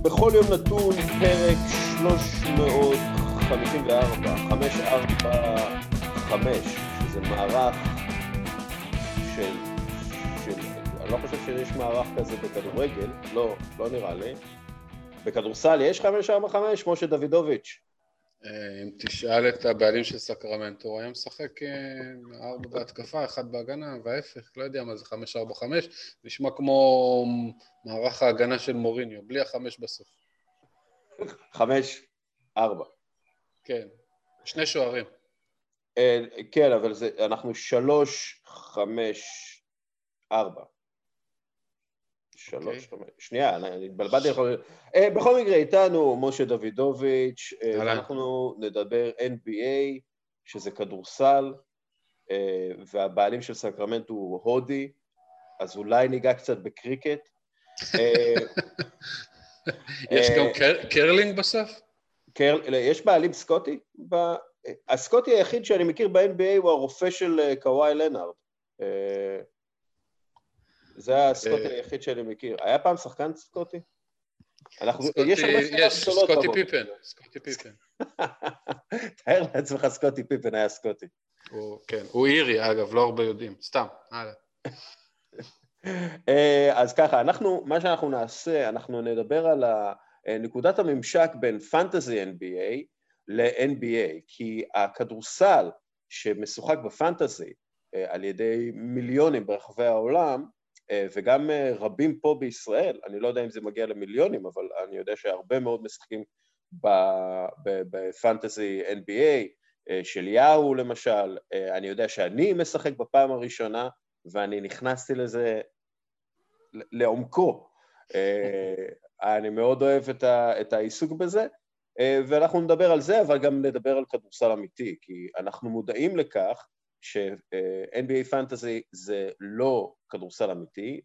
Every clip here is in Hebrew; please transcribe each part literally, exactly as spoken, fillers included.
בכל יום נתון פרק שלוש מאות חמישים וארבע, חמש ארבע חמש, שזה מערך של, של, אני לא חושב שיש מערך כזה בכדורגל, לא, לא נראה לי. בכדורסל יש חמש ארבע חמש, משה דוידוביץ'. אם תשאל את הבעלים של סקרמנטו, הוא היה משחק ארבע בהתקפה, אחד בהגנה, וההפך, לא יודע מה זה חמש ארבע חמש, נשמע כמו מערך ההגנה של מוריניו, בלי החמש בסוף. חמש ארבע. כן, שני שוערים. כן, אבל זה, אנחנו שלוש חמש ארבע. שלוש, חמש, שנייה, אני התבלבלתי. בכל מקרה, איתנו משה דוידוביץ', ואנחנו נדבר אן בי איי, שזה כדורסל, והבעלים של סקרמנטו הוא הודי, אז אולי ניגע קצת בקריקט. יש גם קרלינג בסוף? יש בעלים סקוטי? הסקוטי היחיד שאני מכיר ב-אן בי איי הוא הרופא של קוואי לנארד. זה הסקוטי היחיד שאני מכיר. היה פעם שחקן סקוטי? יש סקוטי פיפן. סקוטי פיפן. תאר לעצמך סקוטי פיפן היה סקוטי. כן, הוא אירי אגב, לא הרבה יודעים. סתם, הלאה. אז ככה, אנחנו, מה שאנחנו נעשה, אנחנו נדבר על נקודת הממשק בין פנטזי אן בי איי ל-אן בי איי, כי הכדורסל שמשוחק בפנטזי על ידי מיליונים ברחבי העולם, וגם רבים פה בישראל, אני לא יודע אם זה מגיע למיליונים, אבל אני יודע שהרבה מאוד משחקים בפנטזי אן בי איי, של יאו למשל, אני יודע שאני משחק בפעם הראשונה, ואני נכנסתי לזה לעומקו. אני מאוד אוהב את העיסוק בזה, ואנחנו נדבר על זה, אבל גם נדבר על כדורסל אמיתי, כי אנחנו מודעים לכך ש-אן בי איי פנטזי זה לא כדורסל אמיתי,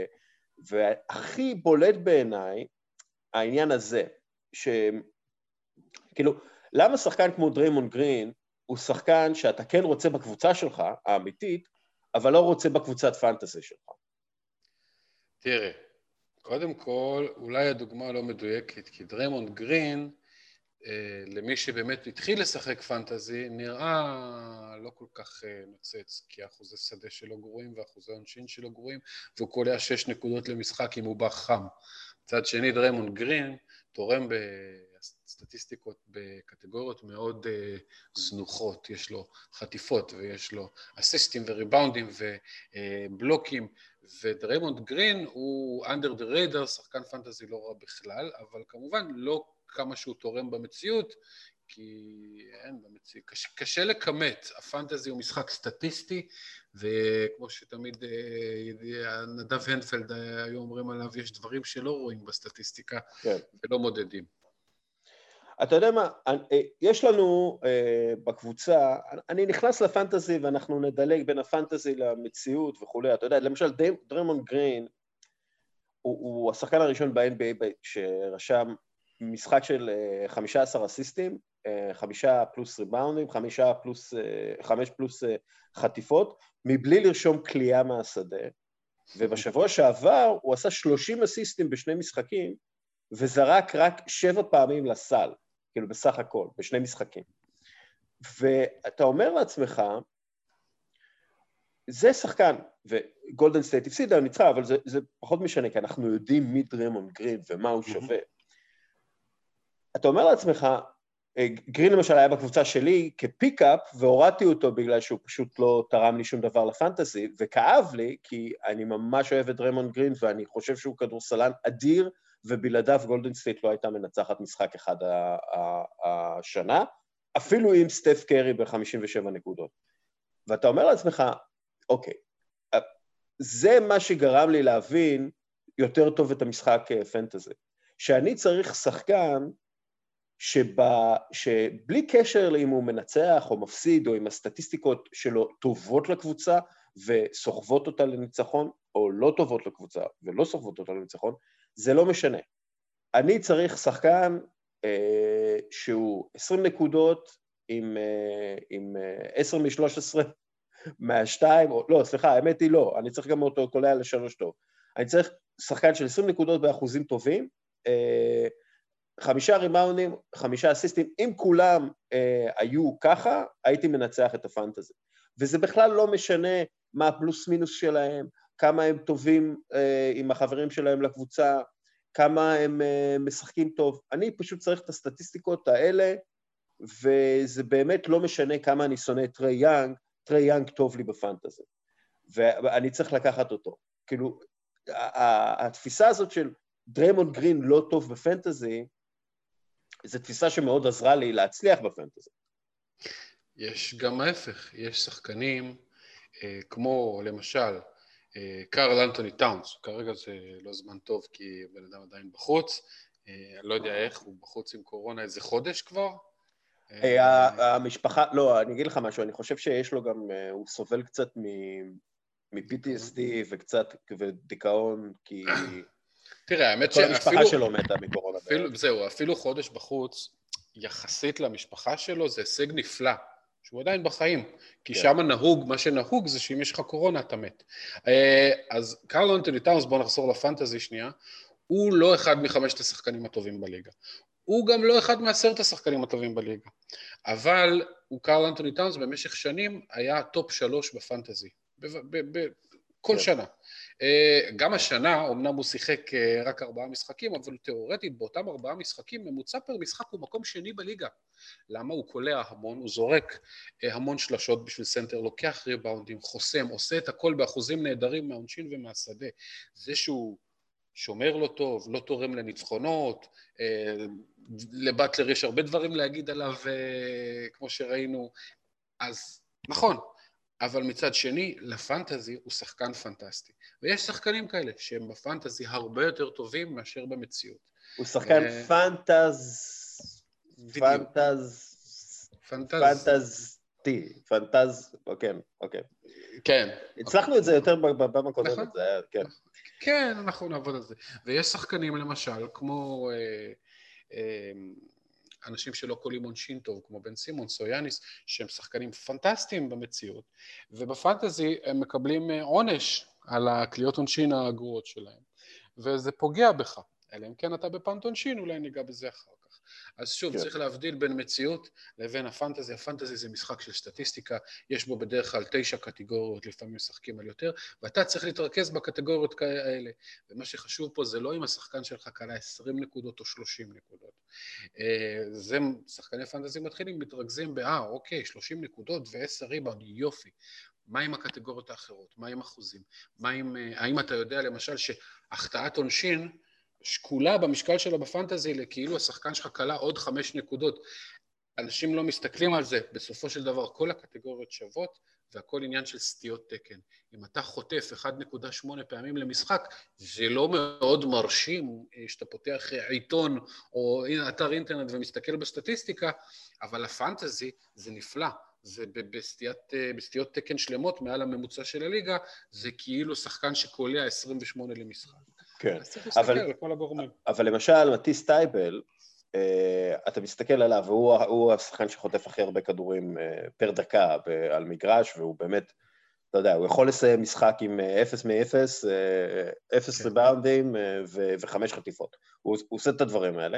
והכי בולט בעיניי העניין הזה, שכאילו, למה שחקן כמו דריימונד גרין הוא שחקן שאתה כן רוצה בקבוצה שלך, האמיתית, אבל לא רוצה בקבוצת פנטזי שלך? תראה, קודם כל, אולי הדוגמה לא מדויקת, כי דריימונד גרין, למי שבאמת התחיל לשחק פנטזי, נראה לא כל כך נוצץ, כי האחוזי שדה שלו גרועים ואחוזי עונשין שלו גרועים, והוא קולע שש נקודות למשחק אם הוא בא חם. מצד שני, דריימונד גרין תורם בסטטיסטיקות בקטגוריות מאוד זנוחות, יש לו חטיפות ויש לו אסיסטים וריבאונדים ובלוקים, ודריימונד גרין הוא under the radar, שחקן פנטזי לא רע בכלל, אבל כמובן לא כמה שהוא תורם במציאות, כי אין במציאות, קשה, קשה לכמת, הפנטזי הוא משחק סטטיסטי, וכמו שתמיד נדב הנפלד היו אומרים עליו, יש דברים שלא רואים בסטטיסטיקה, כן. ולא מודדים. אתה יודע מה, יש לנו בקבוצה, אני נכנס לפנטזי ואנחנו נדלג בין הפנטזי למציאות וכו', אתה יודע, למשל דריימונד גרין, הוא, הוא השחקן הראשון ב-אן בי איי שרשם משחק של חמישה עשר אסיסטים, חמישה פלוס ריבאונדים, חמישה פלוס, חמש פלוס חטיפות, מבלי לרשום קליעה מהשדה, ובשבוע שעבר הוא עשה שלושים אסיסטים בשני משחקים, וזרק רק שבע פעמים לסל, כאילו בסך הכל, בשני משחקים. ואתה אומר לעצמך, זה שחקן, וגולדן סטייט הפסידה, ניצחה, אבל זה, זה פחות משנה, כי אנחנו יודעים מי דריימונד גרין ומה הוא שווה. אתה אומר לעצמך, גרין למשל היה בקבוצה שלי כפיקאפ, והורדתי אותו בגלל שהוא פשוט לא תרם לי שום דבר לפנטזי, וכאב לי, כי אני ממש אוהב את דריימונד גרין, ואני חושב שהוא כדורסלן אדיר, ובלעדיו גולדן סטייט לא הייתה מנצחת משחק אחד השנה, אפילו עם סטף קרי ב-חמישים ושבע נקודות. ואתה אומר לעצמך, אוקיי, זה מה שגרם לי להבין יותר טוב את המשחק פנטזי, שאני צריך שחקן שבא, שבלי קשר אם הוא מנצח או מפסיד, או אם הסטטיסטיקות שלו טובות לקבוצה וסוחבות אותה לניצחון, או לא טובות לקבוצה ולא סוחבות אותה לניצחון, זה לא משנה. אני צריך שחקן אה, שהוא עשרים נקודות עם, אה, עם אה, עשר משלוש עשרה מהשתיים, או, לא, סליחה, האמת היא לא, אני צריך גם אותו קולע לשלוש טוב. אני צריך שחקן של עשרים נקודות באחוזים טובים, חמישה ריבאונדים, חמישה אסיסטים, אם כולם היו ככה, הייתי מנצח את הפנטזי. וזה בכלל לא משנה מה הפלוס מינוס שלהם, כמה הם טובים עם החברים שלהם לקבוצה, כמה הם משחקים טוב. אני פשוט צריך את הסטטיסטיקות האלה, וזה באמת לא משנה כמה אני שונא את טרי יאנג, טרי יאנג טוב לי בפנטזי, ואני צריך לקחת אותו. כאילו, התפיסה הזאת של דריימונד גרין לא טוב בפנטזי, זו תפיסה שמאוד עזרה לי להצליח בפנטזי. יש גם ההפך, יש שחקנים, אה, כמו למשל, אה, קארל אנטוני טאונס, כרגע זה לא זמן טוב כי בן אדם עדיין בחוץ, אה, אני לא יודע איך, הוא בחוץ עם קורונה איזה חודש כבר, המשפחה, לא, אני אגיד לך משהו, אני חושב שיש לו גם, הוא סובל קצת מ-פי טי אס די וקצת דיכאון, כי תראה, האמת כל המשפחה שלו מתה מקורונה. זהו, אפילו חודש בחוץ, יחסית למשפחה שלו, זה הישג נפלא, שהוא עדיין בחיים, כי שם נהוג, מה שנהוג זה שאם יש לך קורונה אתה מת. אז קארל אנטוני טאונס, בוא נחזור לפנטזי שנייה, הוא לא אחד מחמשת השחקנים הטובים בליגה. הוא גם לא אחד מעשרת השחקנים הטובים בליגה, אבל הוא קארל אנטוני טאונס במשך שנים היה טופ שלוש בפנטזי, כל שנה. גם השנה, אמנם הוא שיחק רק ארבעה משחקים, אבל תיאורטית באותם ארבעה משחקים, ממוצע פר משחק הוא מקום שני בליגה. למה? הוא קולע המון, הוא זורק המון שלשות בשביל סנטר, לוקח ריבאונדים, חוסם, עושה את הכל באחוזים נהדרים מהעונשין ומהשדה. זה שהוא שומר לא טוב, לא תורם לניצחונות, לבטלר יש הרבה דברים להגיד עליו, כמו שראינו, אז נכון, אבל מצד שני, לפנטזי הוא שחקן פנטסטי, ויש שחקנים כאלה שהם בפנטזי הרבה יותר טובים מאשר במציאות. הוא שחקן פנטז... פנטז... פנטז-טי, פנטז... אוקיי, אוקיי. כן. הצלחנו את זה יותר בפעם הקודמת, זה היה, כן. כן, אנחנו נעבוד על זה. ויש שחקנים למשל, כמו אה, אה, אנשים שלא קולים עונשין טוב, כמו בן סימונס או יאניס, שהם שחקנים פנטסטיים במציאות, ובפנטזי הם מקבלים עונש על הקליות עונשין הגרועות שלהם, וזה פוגע בך. אלא אם כן אתה בפאנט עונשין, אולי ניגע בזה אחר כך. אז שוב, כן. צריך להבדיל בין מציאות לבין הפנטזי. הפנטזי זה משחק של סטטיסטיקה, יש בו בדרך כלל תשע קטגוריות, לפעמים משחקים על יותר, ואתה צריך להתרכז בקטגוריות האלה. ומה שחשוב פה זה לא אם השחקן שלך קלה עשרים נקודות או שלושים נקודות. זה שחקני פנטזי מתחילים, מתרכזים באה, אוקיי, שלושים נקודות ו-עשר ריבאונד, יופי. מה עם הקטגוריות האחרות? מה עם אחוזים? מה עם, האם אתה יודע למשל שהחטאת עונשין שקולה במשקל שלה בפנטזי, כאילו השחקן שלך קלה עוד חמש נקודות. אנשים לא מסתכלים על זה, בסופו של דבר כל הקטגוריות שוות, והכל עניין של סטיות תקן. אם אתה חוטף אחת נקודה שמונה פעמים למשחק, זה לא מאוד מרשים שאתה פותח עיתון או אתר אינטרנט ומסתכל בסטטיסטיקה, אבל הפנטזי זה נפלא. זה בסטיות, בסטיות תקן שלמות מעל הממוצע של הליגה, זה כאילו שחקן שקולע עשרים ושמונה למשחק. כן, אבל, אבל למשל, מטיס טייבל, אתה מסתכל עליו, והוא השחקן שחוטף הכי הרבה כדורים פר דקה על מגרש, והוא באמת, אתה יודע, הוא יכול לסיים משחק עם אפס מאפס, אפס ריבאונדים וחמש חטיפות. הוא עושה את הדברים האלה.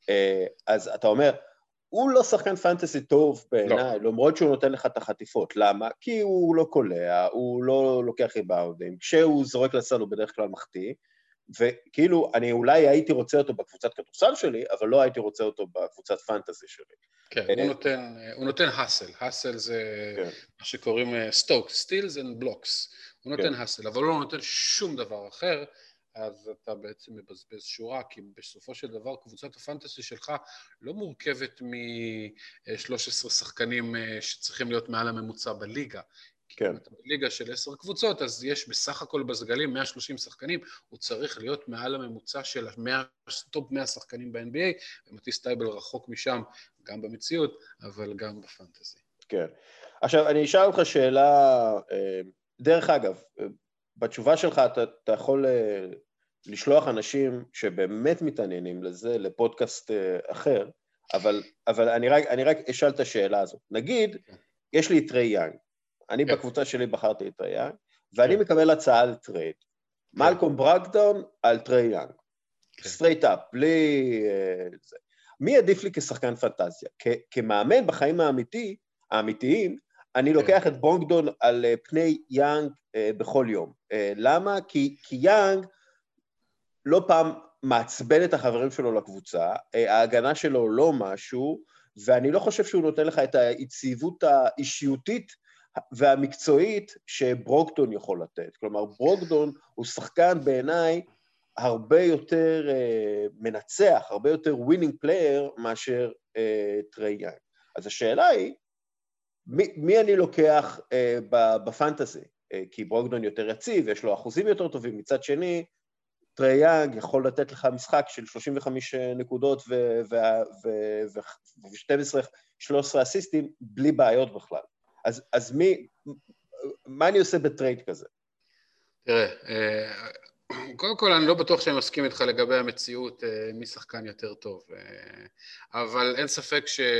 אז אתה אומר, הוא לא שחקן פנטסי טוב בעיניי, למרות שהוא נותן לך את החטיפות. למה? כי הוא לא קולע, הוא לא לוקח ריבאונדים, כשהוא זורק לסל הוא בדרך כלל מחטיא, וכאילו, אני אולי הייתי רוצה אותו בקבוצת כדורסל שלי, אבל לא הייתי רוצה אותו בקבוצת פנטזי שלי. כן, הוא נותן, הוא נותן הסל, הסל זה מה שקוראים סטוק, סטילס אנד בלוקס, הוא נותן הסל, אבל הוא לא נותן שום דבר אחר, אז אתה בעצם מבזבז שורה, כי בסופו של דבר קבוצת הפנטסי שלך לא מורכבת מ-שלושה עשר שחקנים שצריכים להיות מעל הממוצע בליגה, כי אם אתה בליגה של עשר קבוצות, אז יש בסך הכל בסגלים מאה ושלושים שחקנים, הוא צריך להיות מעל הממוצע של טופ מאה שחקנים ב-אן בי איי, ומטיס טייבל רחוק משם, גם במציאות, אבל גם בפנטזי. כן. עכשיו, אני אשאל אותך שאלה, דרך אגב, בתשובה שלך אתה, אתה יכול לשלוח אנשים שבאמת מתעניינים לזה, לפודקאסט אחר, אבל, אבל אני רק, אני רק אשאל את השאלה הזאת. נגיד, יש לי טרי יאנג, אני כן. בקבוצה שלי בחרתי את טרי יאנג, ואני כן. מקבל הצעה לטרייד. כן. מלקום ברקדאון על טרי יאנג. סטרייט אפ, בלי זה. מי עדיף לי כשחקן פנטזיה? כמאמן בחיים האמיתי, האמיתיים, אני לוקח את ברוקדון על פני יאנג בכל יום. למה? כי יאנג לא פעם מעצבן את החברים שלו לקבוצה, ההגנה שלו לא משהו, ואני לא חושב שהוא נותן לך את היציבות האישיותית והמקצועית שברוקדון יכול לתת. כלומר, ברוקדון הוא שחקן בעיניי הרבה יותר uh, מנצח, הרבה יותר ווינינג פלייר מאשר uh, טריי יאנג. אז השאלה היא, מי, מי אני לוקח uh, בפנטזי? Uh, כי ברוקדון יותר יציב, יש לו אחוזים יותר טובים, מצד שני, טריי יאנג יכול לתת לך משחק של שלושים וחמש נקודות ו-שתים עשרה שלוש עשרה אסיסטים בלי בעיות בכלל. אז, אז מי, מה אני עושה בטרייד כזה? תראה, קודם כל אני לא בטוח שאני מסכים איתך לגבי המציאות מי שחקן יותר טוב, אבל אין ספק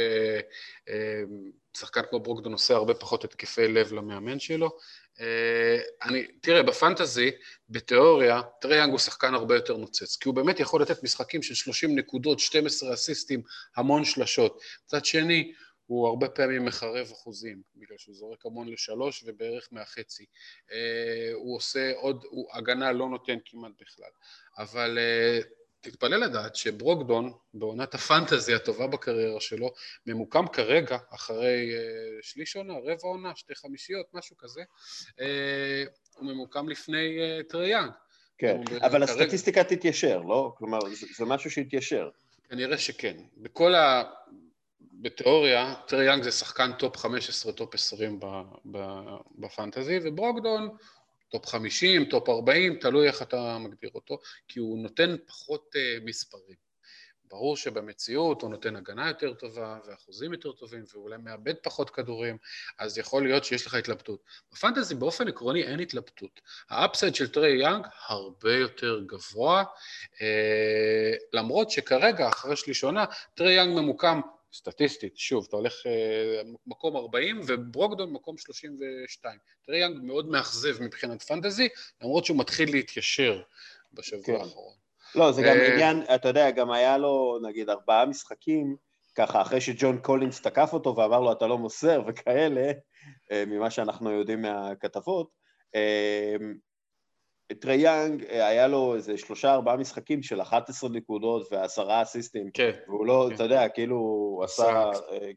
ששחקן כמו ברוקדון עושה הרבה פחות התקפי לב למאמן שלו. אני, תראה, בפנטזי, בתיאוריה, טריי יאנג הוא שחקן הרבה יותר נוצץ, כי הוא באמת יכול לתת משחקים של שלושים נקודות, שתים עשרה אסיסטים, המון שלשות. מצד שני, הוא הרבה פעמים מחרב אחוזים, בגלל שהוא זורק המון לשלוש ובערך מהחצי. הוא עושה עוד, הוא הגנה לא נותן כמעט בכלל. אבל תתפלא לדעת שברוקדון, בעונת הפנטזי הטובה בקריירה שלו, ממוקם כרגע, אחרי שליש עונה, רבע עונה, שתי חמישיות, משהו כזה, הוא ממוקם לפני טריי יאנג. כן, אבל הסטטיסטיקה תתיישר, לא? כלומר, זה משהו שהתיישר. כנראה שכן. בכל ה... בתיאוריה, טריי יאנג זה שחקן טופ חמש עשרה, טופ עשרים בפנטזי, וברוקדון טופ חמישים, טופ ארבעים, תלוי איך אתה מגדיר אותו, כי הוא נותן פחות מספרים. ברור שבמציאות הוא נותן הגנה יותר טובה, ואחוזים יותר טובים, ואולי מאבד פחות כדורים, אז יכול להיות שיש לך התלבטות. בפנטזי באופן עקרוני אין התלבטות. האפסייד של טריי יאנג הרבה יותר גבוה, למרות שכרגע, אחרי שליש עונה, טריי יאנג ממוקם סטטיסטית, שוב, אתה הולך מקום ארבעים וברוקדון מקום שלושים ושתיים. טריי יאנג מאוד מאכזב מבחינת פנטזי, למרות שהוא מתחיל להתיישר בשבוע האחרון. לא, זה גם עניין, אתה יודע, גם היה לו, נגיד, ארבעה משחקים, ככה, אחרי שג'ון קולינס תקף אותו ואמר לו, אתה לא מוסר וכאלה, ממה שאנחנו יודעים מהכתבות, טריי יאנג היה לו איזה שלושה, ארבעה משחקים של אחת עשרה נקודות ועשרה אסיסטים, והוא לא, אתה יודע, כאילו, הוא עשה...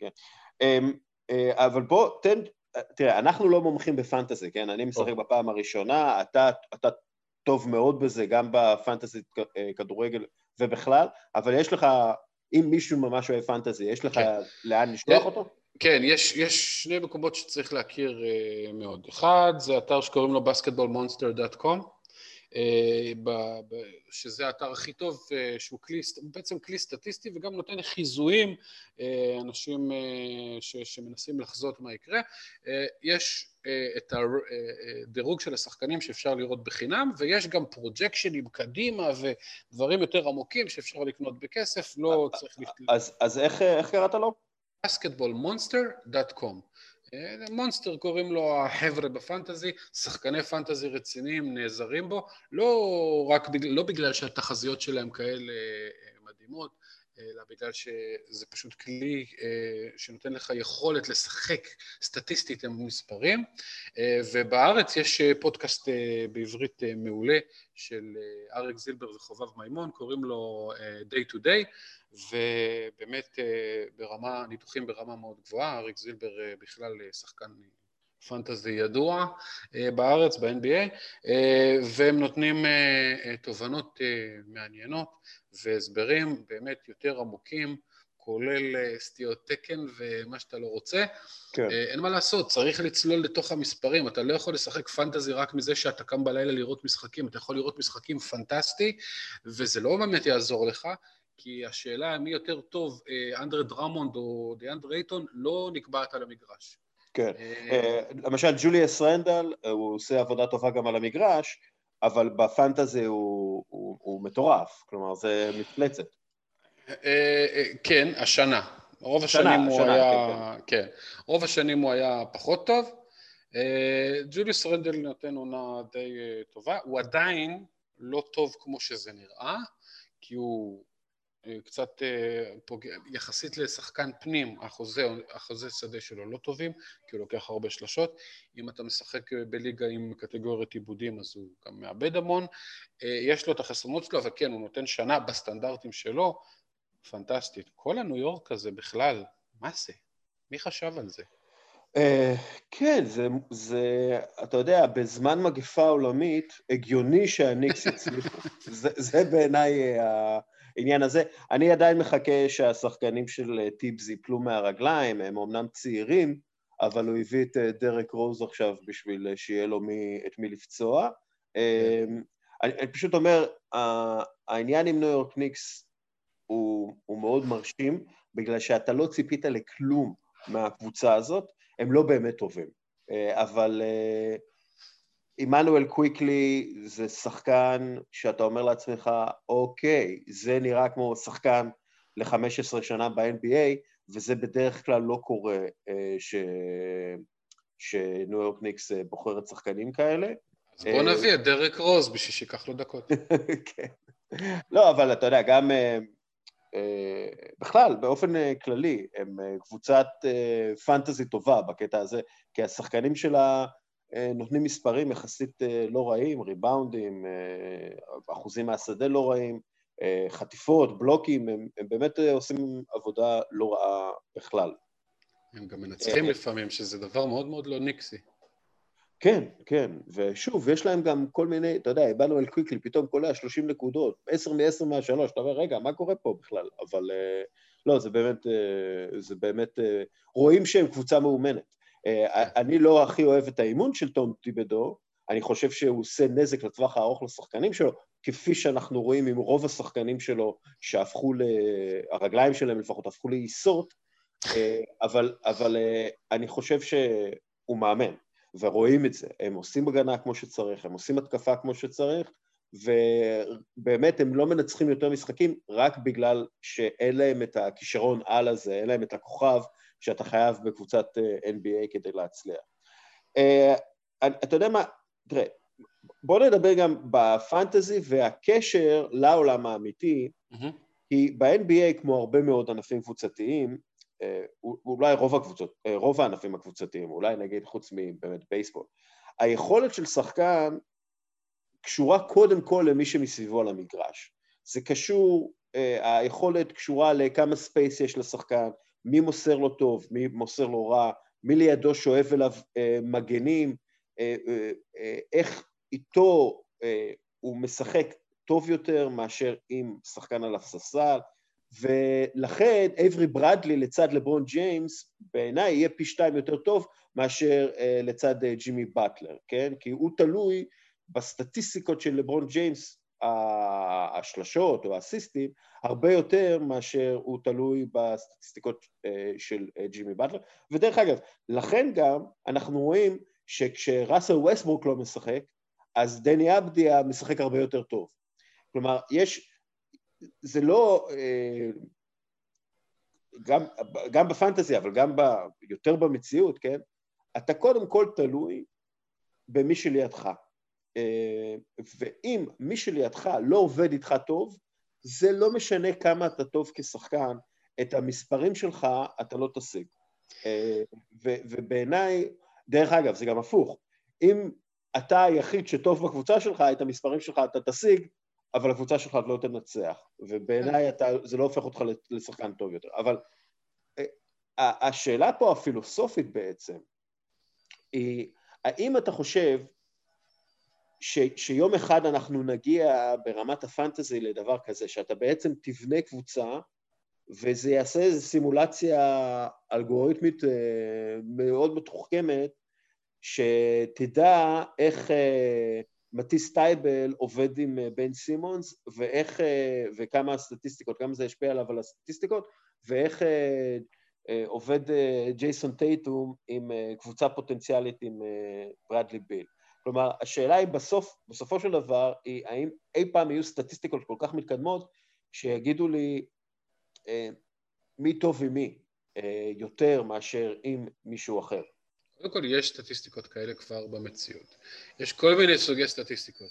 אבל בוא, תן, תראה, אנחנו לא מומחים בפנטזי, כן? אני משחק בפעם הראשונה, אתה, אתה טוב מאוד בזה, גם בפנטזי כדורגל ובכלל, אבל יש לך, אם מישהו ממש אוהב פנטזי, יש לך לאן לשלוח אותו? כן, יש, יש שני מקומות שצריך להכיר מאוד. אחד, זה אתר שקוראים לו בסקטבול מונסטר דוט קום, שזה האתר הכי טוב, שהוא כלי, בעצם כלי סטטיסטי, וגם נותן חיזויים, אנשים ש, שמנסים לחזות מה יקרה. יש את הדירוג של השחקנים שאפשר לראות בחינם, ויש גם פרוג'קשנים קדימה, ודברים יותר עמוקים שאפשר לקנות בכסף, לא צריך... אז, אז איך, איך קראת לו? בסקטבול מונסטר דוט קום. מונסטר קוראים לו החבר'ה בפנטזי, שחקני פנטזי רציניים נעזרים בו, לא רק בגלל, לא בגלל שהתחזיות שלהם כאלה מדהימות, אלא בגלל שזה פשוט כלי שנותן לך יכולת לשחק סטטיסטית עם מספרים, ובארץ יש פודקאסט בעברית מעולה של אריק זילבר וחובב מימון, קוראים לו Day to Day, ובאמת ברמה, ניתוחים ברמה מאוד גבוהה, אריק זילבר בכלל שחקן פנטזי ידוע בארץ, ב-אן בי איי, והם נותנים תובנות מעניינות והסברים באמת יותר עמוקים, כולל סטיות תקן ומה שאתה לא רוצה. כן. אין מה לעשות, צריך לצלול לתוך המספרים, אתה לא יכול לשחק פנטזי רק מזה שאתה קם בלילה לראות משחקים, אתה יכול לראות משחקים פנטסטי, וזה לא באמת יעזור לך, כי השאלה מי יותר טוב, אנדרה דרמונד או דיאנדרה אייטון, לא נקבעת על המגרש. כן, למשל ג'וליאס רנדל, הוא עושה עבודה טובה גם על המגרש, אבל בפנטזי הוא, הוא, הוא מטורף, כלומר זה מפלצת. כן, השנה. רוב השנים הוא היה, כן, רוב השנים הוא היה פחות טוב. ג'וליאס רנדל נותן עונה די טובה, הוא עדיין לא טוב כמו שזה נראה, כי הוא קצת פוגע, יחסית לשחקן פנים, החוזה, החוזה שדה שלו לא טובים, כי הוא לוקח הרבה שלשות. אם אתה משחק בליגה עם קטגוריית עיבודים, אז הוא גם מאבד המון. יש לו את החסרונות שלו, אבל כן, הוא נותן שנה בסטנדרטים שלו, פנטסטית. כל הניו יורק הזה בכלל, מה זה? מי חשב על זה? כן, זה, זה, אתה יודע, בזמן מגפה עולמית, הגיוני שהניקס יצליחו. זה, זה בעיניי העניין הזה. אני עדיין מחכה שהשחקנים של טיבס ייפלו מהרגליים, הם אמנם צעירים, אבל הוא הביא את דרק רוז עכשיו בשביל שיהיה לו מי, את מי לפצוע. אני, אני פשוט אומר, העניין עם ניו יורק ניקס הוא, הוא מאוד מרשים, בגלל שאתה לא ציפית לכלום מהקבוצה הזאת, הם לא באמת טובים, אבל עמנואל קוויקלי זה שחקן שאתה אומר לעצמך, אוקיי, זה נראה כמו שחקן ל-חמש עשרה שנה ב-אן בי איי, וזה בדרך כלל לא קורה ש... שניו יורק ניקס בוחרת שחקנים כאלה. אז בוא נביא את דרק רוז בשביל שיקח לו דקות. כן. לא, אבל אתה יודע, גם... בכלל, באופן כללי, הם קבוצת פנטזי טובה בקטע הזה, כי השחקנים שלה נותנים מספרים יחסית לא רעים, ריבאונדים, אחוזים מהשדה לא רעים, חטיפות, בלוקים, הם, הם באמת עושים עבודה לא רעה בכלל. הם גם מנצחים לפעמים, שזה דבר מאוד מאוד לא ניקסי. כן, כן, ושוב, יש להם גם כל מיני, אתה יודע, עמנואל קוויקלי, פתאום קולע שלושים נקודות, עשר מ-עשר מהשלוש, אתה אומר, רגע, מה קורה פה בכלל? אבל לא, זה באמת, זה באמת, רואים שהם קבוצה מאומנת. אני לא הכי אוהב את האימון של טום טיבדו, אני חושב שהוא עושה נזק לטווח הארוך לשחקנים שלו, כפי שאנחנו רואים עם רוב השחקנים שלו, שהפכו, הרגליים שלהם לפחות הפכו לעיסות, אבל, אבל אני חושב שהוא מאמן. ורואים את זה, הם עושים הגנה כמו שצריך, הם עושים התקפה כמו שצריך, ובאמת הם לא מנצחים יותר משחקים, רק בגלל שאין להם את הכישרון על הזה, אין להם את הכוכב שאתה חייב בקבוצת אן בי איי כדי להצליח. אתה יודע מה, תראה, בוא נדבר גם בפנטזי והקשר לעולם האמיתי, כי ב-אן בי איי כמו הרבה מאוד ענפים קבוצתיים, אולי רוב הקבוצות, רוב הענפים הקבוצתיים, אולי נגיד חוץ מבאמת בייסבול, היכולת של שחקן קשורה קודם כל למי שמסביבו על המגרש. זה קשור, היכולת קשורה לכמה ספייס יש לשחקן, מי מוסר לו טוב, מי מוסר לו רע, מי לידו שואב אליו מגנים, איך איתו הוא משחק טוב יותר מאשר עם שחקן על הספסל, ולכן אייברי ברדלי לצד לברון ג'יימס בעיניי יהיה פי שתיים יותר טוב מאשר uh, לצד uh, ג'ימי באטלר, כן? כי הוא תלוי בסטטיסטיקות של לברון ג'יימס, השלשות או האסיסטים, הרבה יותר מאשר הוא תלוי בסטטיסטיקות uh, של uh, ג'ימי באטלר, ודרך אגב, לכן גם אנחנו רואים שכשראסל ווסטברוק לא משחק, אז דני אבדיה משחק הרבה יותר טוב. כלומר, יש... זה לא, גם, גם בפנטזיה, אבל גם ב, יותר במציאות, כן? אתה קודם כל תלוי במי שלידך. ואם מי שלידך לא עובד איתך טוב, זה לא משנה כמה אתה טוב כשחקן, את המספרים שלך אתה לא תשיג. ובעיניי, דרך אגב, זה גם הפוך. אם אתה היחיד שטוב בקבוצה שלך, את המספרים שלך אתה תשיג, אבל הקבוצה שלך לא תנצח, ובעיניי אתה, זה לא הופך אותך לשחקן טוב יותר. אבל השאלה פה הפילוסופית בעצם, היא, האם אתה חושב ש, שיום אחד אנחנו נגיע ברמת הפנטזי לדבר כזה, שאתה בעצם תבנה קבוצה, וזה יעשה איזו סימולציה אלגוריתמית מאוד מתוחכמת, שתדע איך... מטיס טייבל עובד עם בן סימונס, ואיך, וכמה הסטטיסטיקות, כמה זה השפיע עליו על הסטטיסטיקות, ואיך עובד ג'ייסון טייטום עם קבוצה פוטנציאלית עם ברדלי ביל. כלומר, השאלה היא בסוף, בסופו של דבר, היא האם אי פעם יהיו סטטיסטיקות כל כך מתקדמות, שיגידו לי מי טוב ומי, יותר מאשר עם מישהו אחר. קודם כל, יש סטטיסטיקות כאלה כבר במציאות. יש כל מיני סוגי סטטיסטיקות.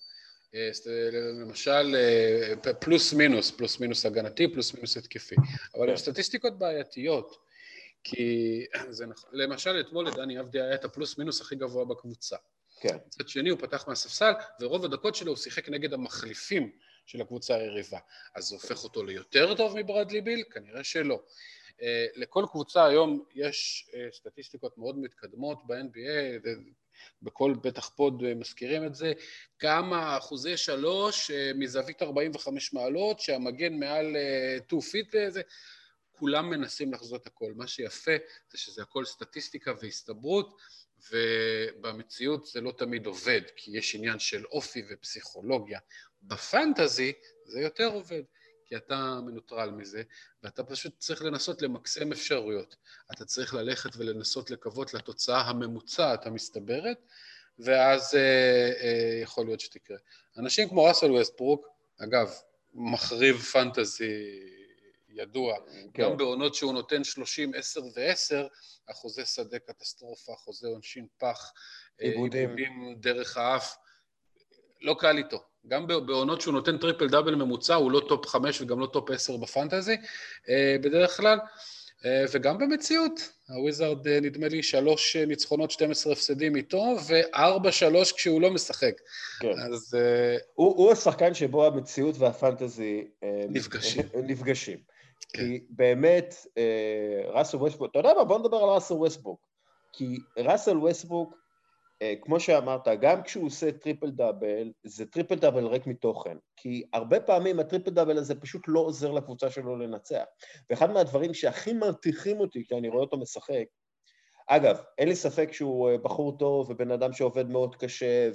למשל פלוס מינוס, פלוס מינוס הגנתי, פלוס מינוס התקפי, אבל הן סטטיסטיקות בעייתיות, כי זה נכון, למשל אתמול לדני אבדיה היה את הפלוס מינוס הכי גבוה בקבוצה. כן. מצד שני הוא פתח מהספסל, ורוב הדקות שלו הוא שיחק נגד המחליפים של הקבוצה היריבה. אז זה הופך אותו ליותר טוב מברדלי ביל? כנראה שלא. לכל קבוצה היום יש סטטיסטיקות מאוד מתקדמות ב-אן בי איי, בכל בטח פוד מזכירים את זה, כמה אחוזי שלוש מזווית ארבעים וחמש מעלות, שהמגן מעל שתיים פיט וזה, כולם מנסים לחזות את הכל. מה שיפה זה שזה הכל סטטיסטיקה והסתברות, ובמציאות זה לא תמיד עובד, כי יש עניין של אופי ופסיכולוגיה. בפנטזי זה יותר עובד, כי אתה מנוטרל מזה, ואתה פשוט צריך לנסות למקסם אפשרויות. אתה צריך ללכת ולנסות לקוות לתוצאה הממוצעת המסתברת, ואז אה, אה, יכול להיות שתקרה. אנשים כמו ראסל ווסטברוק, אגב, מחריב פנטזי ידוע, כן. גם בעונות שהוא נותן שלושים, עשר ועשר, אחוזי שדה קטסטרופה, אחוזי עונשין פח, עיבודים. עיבודים דרך האף, לא קל איתו. גם בעונות שהוא נותן טריפל דאבל ממוצע, הוא לא טופ חמש וגם לא טופ עשר בפנטזי, בדרך כלל, וגם במציאות, הוויזארד נדמה לי שלוש ניצחונות, שתים עשרה הפסדים איתו, וארבע שלוש כשהוא לא משחק. כן. אז... הוא, הוא השחקן שבו המציאות והפנטזי נפגשים. נפגשים. כן. כי באמת, ראסל ווסטברוק, אתה יודע מה? בוא נדבר על ראסל ווסטברוק. כי ראסל ווסטברוק, כמו שאמרת, גם כשהוא עושה טריפל דאבל, זה טריפל דאבל ריק מתוכן, כי הרבה פעמים הטריפל דאבל הזה פשוט לא עוזר לקבוצה שלו לנצח. ואחד מהדברים שהכי מרתיחים אותי כשאני רואה אותו משחק, אגב, אין לי ספק שהוא בחור טוב ובן אדם שעובד מאוד קשה,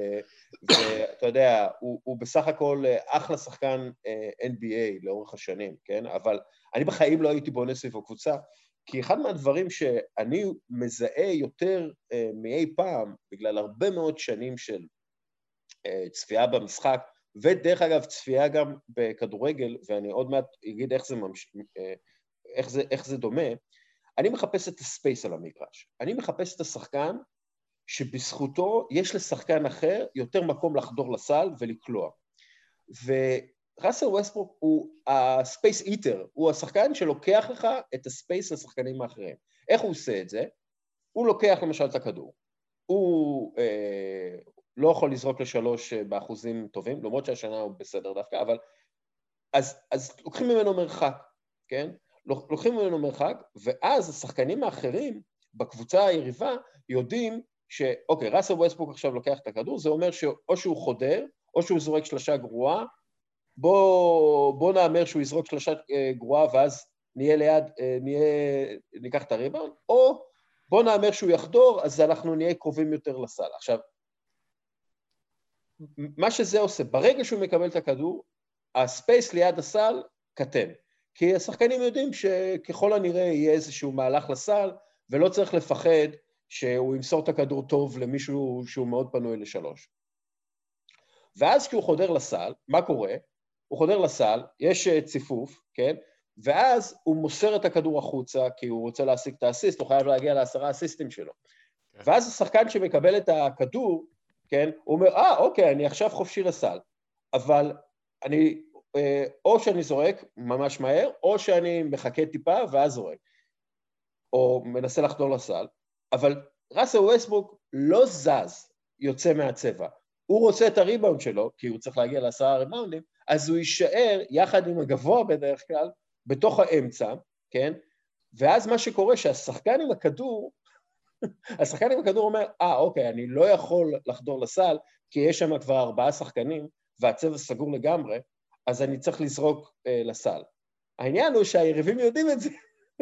ואתה יודע, הוא, הוא בסך הכל אחלה שחקן אן בי איי לאורך השנים, כן? אבל אני בחיים לא הייתי בונה סביב הקבוצה, כי אחד מהדברים שאני מזהה יותר uh, מאי פעם, בגלל הרבה מאוד שנים של uh, צפייה במשחק, ודרך אגב צפייה גם בכדורגל, ואני עוד מעט אגיד איך זה, ממש... uh, איך זה, איך זה דומה, אני מחפש את הספייס על המגרש. אני מחפש את השחקן שבזכותו יש לשחקן אחר יותר מקום לחדור לסל ולקלוע. ו... ראסל ווסטברוק הוא הספייס איטר, הוא השחקן שלוקח לך את הספייס לשחקנים האחרים. איך הוא עושה את זה? הוא לוקח למשל את הכדור. הוא אה, לא יכול לזרוק לשלוש באחוזים טובים, למרות שהשנה הוא בסדר דווקא, אבל אז, אז לוקחים ממנו מרחק, כן? לוקחים ממנו מרחק, ואז השחקנים האחרים בקבוצה היריבה יודעים שאוקיי, ראסל ווסטברוק עכשיו לוקח את הכדור, זה אומר שאו שהוא חודר, או שהוא זורק שלשה גרועה, בוא, בוא נאמר שהוא יזרוק שלושה גרועה, ואז נהיה ליד, נהיה, ניקח את הריבאונד, או בוא נאמר שהוא יחדור, אז אנחנו נהיה קרובים יותר לסל. עכשיו, מה שזה עושה, ברגע שהוא מקבל את הכדור, הספייס ליד הסל קטן, כי השחקנים יודעים שככל הנראה יהיה איזשהו מהלך לסל, ולא צריך לפחד שהוא ימסור את הכדור טוב למישהו שהוא מאוד פנוי לשלוש. ואז כשהוא חודר לסל, מה קורה? הוא חודר לסל, יש ציפוף, כן? ואז הוא מוסר את הכדור החוצה, כי הוא רוצה להשיג את האסיסט, הוא חייב להגיע לעשרה אסיסטים שלו. כן. ואז השחקן שמקבל את הכדור, כן? הוא אומר, אה, אוקיי, אני עכשיו חופשי לסל, אבל אני, או שאני זורק ממש מהר, או שאני מחכה טיפה ואז זורק, או מנסה לחדור לסל, אבל ראסל ווסטברוק לא זז, יוצא מהצבע. הוא רוצה את הריבאונד שלו, כי הוא צריך להגיע לעשרה ריבאונדים, אז הוא יישאר יחד עם הגבוה בדרך כלל, בתוך האמצע, כן? ואז מה שקורה שהשחקן עם הכדור, השחקן עם הכדור אומר, אה, אוקיי, אני לא יכול לחדור לסל, כי יש שם כבר ארבעה שחקנים, והצבע סגור לגמרי, אז אני צריך לזרוק אה, לסל. העניין הוא שהיריבים יודעים את זה,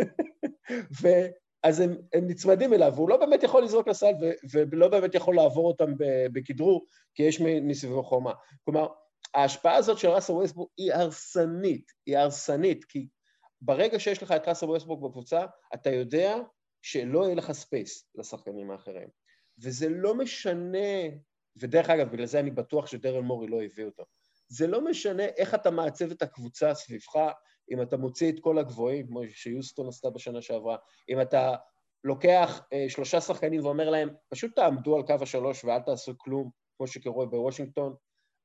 ואז הם, הם נצמדים אליו, והוא לא באמת יכול לזרוק לסל, ו- ולא באמת יכול לעבור אותם בכדרור, כי יש מסביבו חומה. כלומר, ההשפעה הזאת של ראסל ווסטברוק היא הרסנית, היא הרסנית, כי ברגע שיש לך את ראסל ווסטברוק בקבוצה, אתה יודע שלא יהיה לך ספייס לשחקנים האחרים. וזה לא משנה, ודרך אגב, בגלל זה אני בטוח שדרל מורי לא הביא אותו, זה לא משנה איך אתה מעצב את הקבוצה סביבך, אם אתה מוציא את כל הגבוהים, כמו שיוסטון עשתה בשנה שעברה, אם אתה לוקח אה, שלושה שחקנים ואומר להם, פשוט תעמדו על קו השלוש ואל תעשו כלום, כמו שקורה בוושינגטון,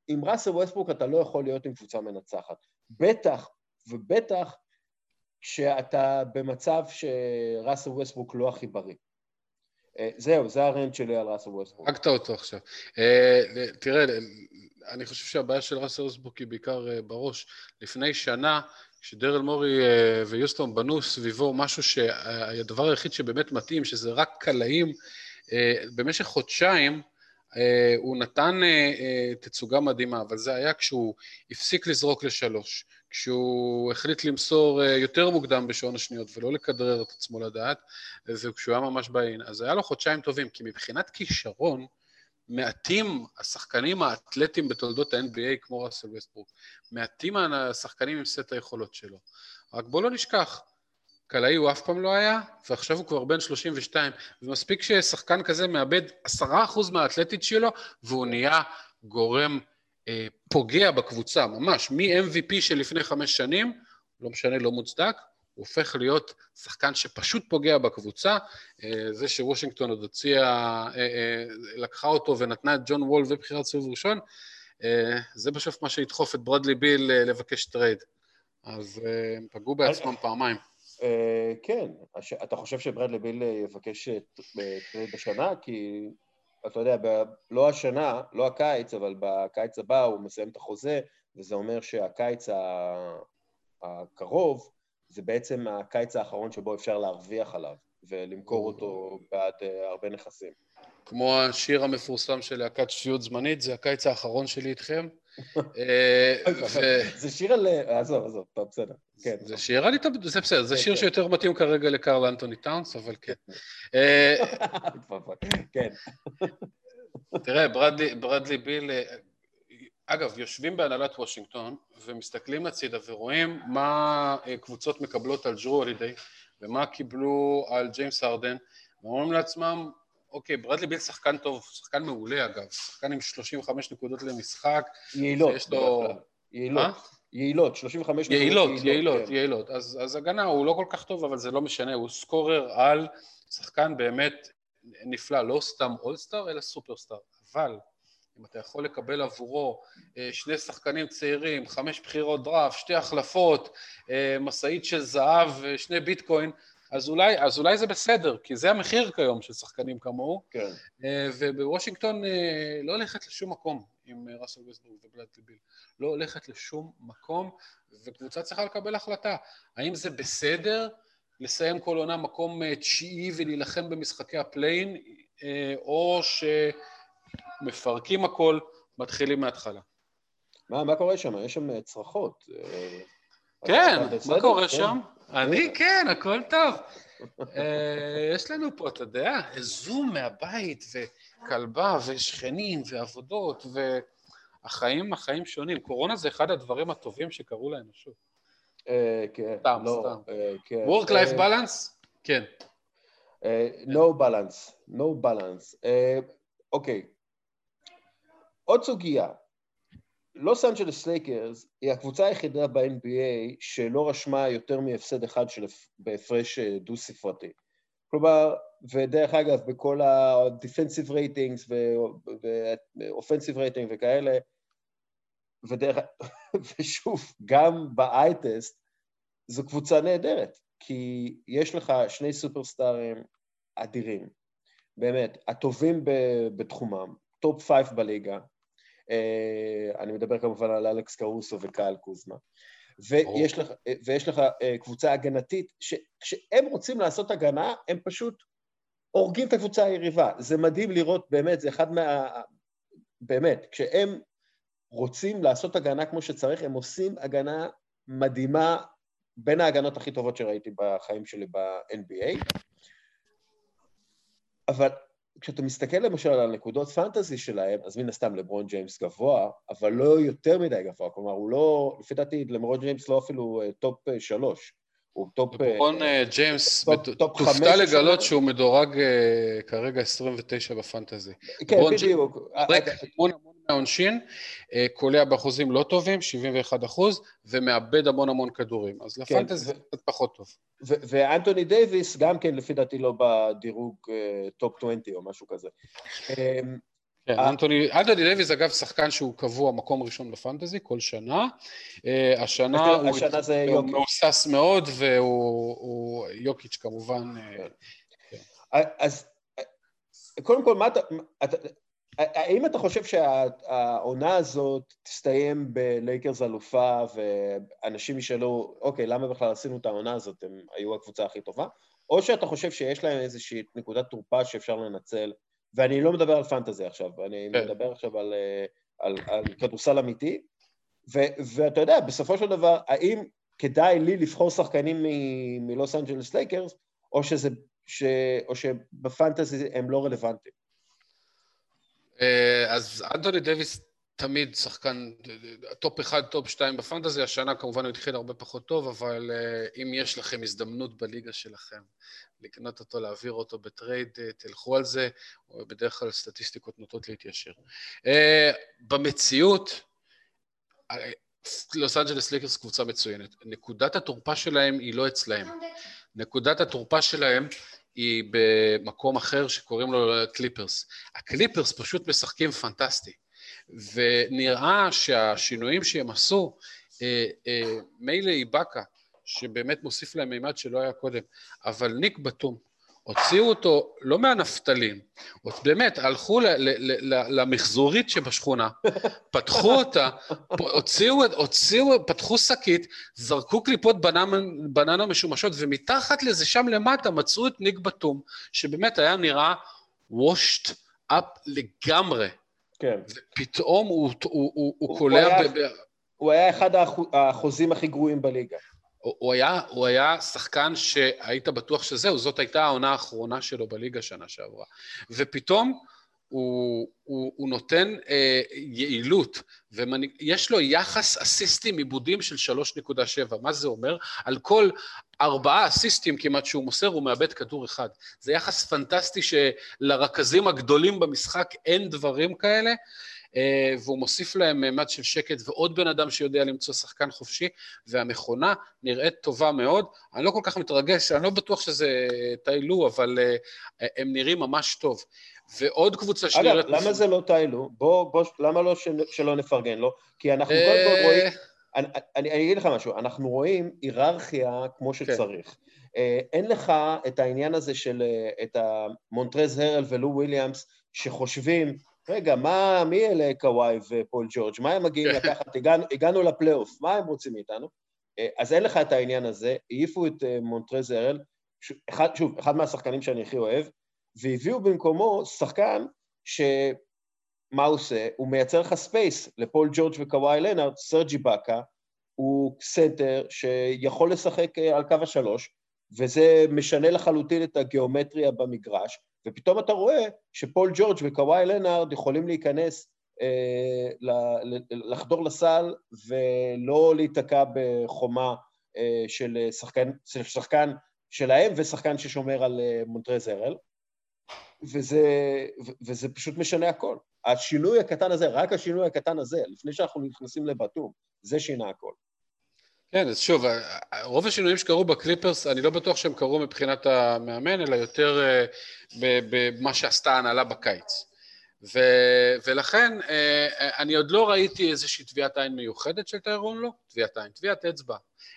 עם ראסל ווסטברוק אתה לא יכול להיות עם קבוצה מנצחת. בטח, ובטח, שאתה במצב שראסל ווסטברוק לא הכי בריא. זהו, זה הרנט שלי על ראסל ווסטברוק. הגת אותו עכשיו. תראה, אני חושב שהבעיה של ראסל ווסטברוק היא בעיקר בראש. לפני שנה, כשדרל מורי ויוסטון בנו סביבו משהו שהדבר היחיד שבאמת מתאים, שזה רק קלעים, במשך חודשיים, הוא נתן תצוגה מדהימה, אבל זה היה כשהוא הפסיק לזרוק לשלוש, כשהוא החליט למסור יותר מוקדם בשעון השניות ולא לכדרר את עצמו לדעת, וכשהוא היה ממש בעין. אז היה לו חודשיים טובים, כי מבחינת כישרון, מעטים השחקנים האתלטיים בתולדות ה-אן בי איי כמו ראסל ווסטברוק, מעטים השחקנים עם סט היכולות שלו. רק בוא לא נשכח, קלעי הוא אף פעם לא היה, ועכשיו הוא כבר בן שלושים ושתיים, ומספיק ששחקן כזה מאבד עשרה אחוז מהאתלטית שלו, והוא נהיה גורם אה, פוגע בקבוצה, ממש, מ-אם וי פי של לפני חמש שנים, לא משנה, לא מוצדק, הוא הופך להיות שחקן שפשוט פוגע בקבוצה, אה, זה שוושינגטון עוד הוציאה, אה, אה, לקחה אותו ונתנה את ג'ון וול ובחירת סיבוב ראשון, אה, זה בסוף מה שידחוף את ברדלי ביל אה, לבקש טרייד, אז אה, הם פגעו בעצמם פעמיים. Uh, כן, אתה חושב שברדלי ביל יבקש טרייד בשנה? כי אתה יודע, ב- לא השנה, לא הקיץ, אבל בקיץ הבא הוא מסיים את החוזה, וזה אומר שהקיץ ה- הקרוב זה בעצם הקיץ האחרון שבו אפשר להרוויח עליו ולמכור אותו בעד uh, הרבה נכסים. כמו השיר המפורסם של להקת שפיות זמנית, זה הקיץ האחרון שלי איתכם. זה שיר על... עזוב, עזוב, טוב, בסדר. זה שיר, זה בסדר, זה שיר שיותר מתאים כרגע לקרל אנטוני טאונס, אבל כן. כן. תראה, ברדלי ביל, אגב, יושבים בהנהלת וושינגטון, ומסתכלים לצידה ורואים מה קבוצות מקבלות על ג'רו הולידיי, ומה קיבלו על ג'יימס הרדן, ואומרים לעצמם, אוקיי, ברדלי ביל שחקן טוב, שחקן מעולה אגב, שחקן עם שלושים וחמש נקודות למשחק. יעילות, לו... יעילות, יעילות, שלושים וחמש נקודות יעילות, יעילות, יעילות, כן. יעילות. אז, אז הגנה הוא לא כל כך טוב, אבל זה לא משנה, הוא סקורר על שחקן באמת נפלא, לא סתם אולסטאר, אלא סופרסטאר. אבל אם אתה יכול לקבל עבורו שני שחקנים צעירים, חמש בחירות דראפט, שתי החלפות, מסעית של זהב, שני ביטקוין, אז אולי, אז אולי זה בסדר, כי זה המחיר כיום של שחקנים כמוהו, כן. ובוושינגטון לא הולכת לשום מקום עם ראסל ווסטברוק וברדלי ביל, לא הולכת לשום מקום, וקבוצה צריכה לקבל החלטה, האם זה בסדר לסיים כל עונה מקום תשיעי ולהילחם במשחקי הפליין, או שמפרקים הכל, מתחילים מההתחלה. מה, מה קורה שם? יש שם צרחות. כן, מה קורה שם? אני כן, הכל טוב. יש לנו פה, אתה יודע, זום מהבית, וכלבה, ושכנים, ועבודות, והחיים, החיים שונים. קורונה זה אחד הדברים הטובים שקרו לאנושות. כן, סתם, לא. סתם. Work-life balance? כן. No balance, no balance. אוקיי. עוד סוגיה. לוס אנג'לס לייקרס היא הקבוצה היחידה ב-אן בי איי שלא רשמה יותר מהפסד אחד של בהפרש דו ספרתי. כלומר, ודרך אגב, בכל ה-defensive ratings ו-offensive rating וכאלה, ודרך, ושוב, גם ב-i-test, זו קבוצה נהדרת, כי יש לך שני סופרסטארים אדירים, באמת, הטובים בתחומם, טופ פייב בליגה, אני מדבר כמובן על אלכס קרוסו וקייל קוזמה, ויש לך, ויש לך קבוצה הגנתית, שכשהם רוצים לעשות הגנה, הם פשוט הורגים את הקבוצה היריבה, זה מדהים לראות, באמת, זה אחד מה... באמת, כשהם רוצים לעשות הגנה כמו שצריך, הם עושים הגנה מדהימה, בין ההגנות הכי טובות שראיתי בחיים שלי ב-אן בי איי, אבל כשאתה מסתכל למשל על הנקודות פנטזי שלהם, אז מן הסתם לברון ג'יימס גבוה, אבל לא יותר מדי גבוה, כלומר הוא לא, לפי דעתי לברון ג'יימס לא אפילו טופ שלוש, הוא טופ... לברון ג'יימס, תופתע לגלות שהוא מדורג כרגע עשרים ותשע בפנטזי. כן, בדיוק. רק המון המון מהעונשין, קולע באחוזים לא טובים, שבעים ואחד אחוז, ומאבד המון המון כדורים, אז לפנטזי זה קצת פחות טוב. ואנטוני דייביס גם כן לפי דעתי לא בדירוג טופ עשרים או משהו כזה. כן, אנטוני, אנטוני דייוויס אגב שחקן שהוא קבוע מקום ראשון בפנטזי כל שנה, השנה הוא מאוסס מאוד והוא יוקיץ' כמובן. אז קודם כל, האם אתה חושב שהעונה הזאת תסתיים בלייקרס אלופה ואנשים ישאלו, אוקיי, למה בכלל עשינו את העונה הזאת, הם היו הקבוצה הכי טובה? או שאתה חושב שיש להם איזושהי נקודת תורפה שאפשר לנצל, ואני לא מדבר על פנטזי עכשיו, אני מדבר עכשיו על, על, על כדורסל אמיתי, ו, ואתה יודע, בסופו של דבר, האם כדאי לי לבחור שחקנים מ- מלוס אנג'לס לייקרס, או שזה, ש, או שבפנטזי הם לא רלוונטיים? אז אנטוני דייוויס תמיד שחקן טופ אחד, טופ שתיים בפנטזי, השנה כמובן הוא התחיל הרבה פחות טוב, אבל אם יש לכם הזדמנות בליגה שלכם, לקנות אותו, להעביר אותו בטרייד, תלכו על זה, בדרך כלל סטטיסטיקות נוטות להתיישר. במציאות, לוס אנג'לס לייקרס קבוצה מצוינת, נקודת התורפה שלהם היא לא אצלהם, נקודת התורפה שלהם היא במקום אחר שקוראים לו קליפרס. הקליפרס פשוט משחקים פנטסטי, ונראה שהשינויים שהם עשו, מילא איבאקה, שבאמת מוסיף להם מימד שלא היה קודם, אבל ניק בטום, הוציאו אותו לא מהנפתלים, באמת הלכו למחזורית שבשכונה, פתחו אותה, הוציאו, הוציאו, פתחו שקית, זרקו קליפות בננה משומשות, ומתחת לזה שם למטה מצאו את ניק בטום, שבאמת היה נראה washed up לגמרי. כן. ופתאום הוא, הוא, הוא, הוא קולע... הוא היה אחד החוזים הכי גרועים בליגה. הוא היה, הוא היה שחקן שהיית בטוח שזהו, זאת הייתה העונה האחרונה שלו בליגה שנה שעברה. ופתאום הוא, הוא, הוא נותן אה, יעילות, ויש לו יחס אסיסטים עיבודים של שלוש נקודה שבע. מה זה אומר? על כל ארבעה אסיסטים כמעט שהוא מוסר, הוא מאבד כדור אחד. זה יחס פנטסטי שלרכזים הגדולים במשחק אין דברים כאלה, והוא מוסיף להם מימד של שקט, ועוד בן אדם שיודע למצוא שחקן חופשי, והמכונה נראית טובה מאוד. אני לא כל כך מתרגש, אני לא בטוח שזה טיילו, אבל הם נראים ממש טוב. ועוד קבוצה שנראית... אגב, למה זה לא טיילו? בוא, בוא, למה לא שלא נפרגן לו? כי אנחנו קודם כל רואים... אני, אני, אני אגיד לך משהו, אנחנו רואים היררכיה כמו שצריך. אין לך את העניין הזה של את המונטרז הרל ולו וויליאמס, שחושבים, רגע, מה, מי אלה קוואי ופול ג'ורג'? מה הם מגיעים לקחת? הגענו, הגענו לפלייאוף, מה הם רוצים מאיתנו? אז אין לך את העניין הזה, העיפו את מונטרז הרל, אחד, שוב, אחד מהשחקנים שאני הכי אוהב, והביאו במקומו שחקן שמה הוא עושה? הוא מייצר לך ספייס לפול ג'ורג' וקוואי לנארד, סרג'י בקה, הוא סנטר שיכול לשחק על קו השלוש, וזה משנה לחלוטין את הגיאומטריה במגרש, ופתאום אתה רואה שפול ג'ורג' וקוואי לנארד יכולים להיכנס, אה, לחדור לסל, ולא להיתקע בחומה אה, של שחקן, של שחקן שלהם, ושחקן ששומר על אה, מונטרז הרל, וזה, וזה פשוט משנה הכל. השינוי הקטן הזה, רק השינוי הקטן הזה, לפני שאנחנו נכנסים לבטום, זה שינה הכל. כן, אז שוב, רוב השינויים שקרו בקליפרס, אני לא בטוח שהם קרו מבחינת המאמן, אלא יותר במה שעשתה ההנהלה בקיץ. ו, ולכן, אני עוד לא ראיתי איזושהי תביעת עין מיוחדת של טיירון לו, תביעת עין, תביעת אצבע.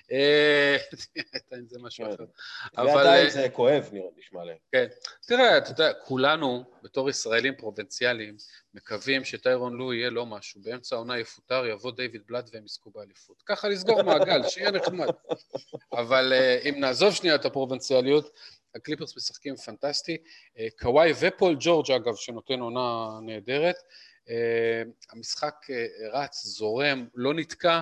תביעת עין זה משהו אחר. תביעת עין זה כואב, נשמע להם. כן, תראה, אתה יודע, כולנו, בתור ישראלים פרובינציאליים, מקווים שטיירון לו יהיה לא משהו, באמצע העונה יפוטר, יבוא דיוויד בלאט והם יזכו באליפות. ככה לסגור מעגל, שיהיה נחמד. אבל אם נעזוב שנייה את הפרובינציאליות, הקליפרס משחקים פנטסטי, קוואי ופול ג'ורג' אגב, שנותן עונה נהדרת, המשחק רץ, זורם, לא נתקע,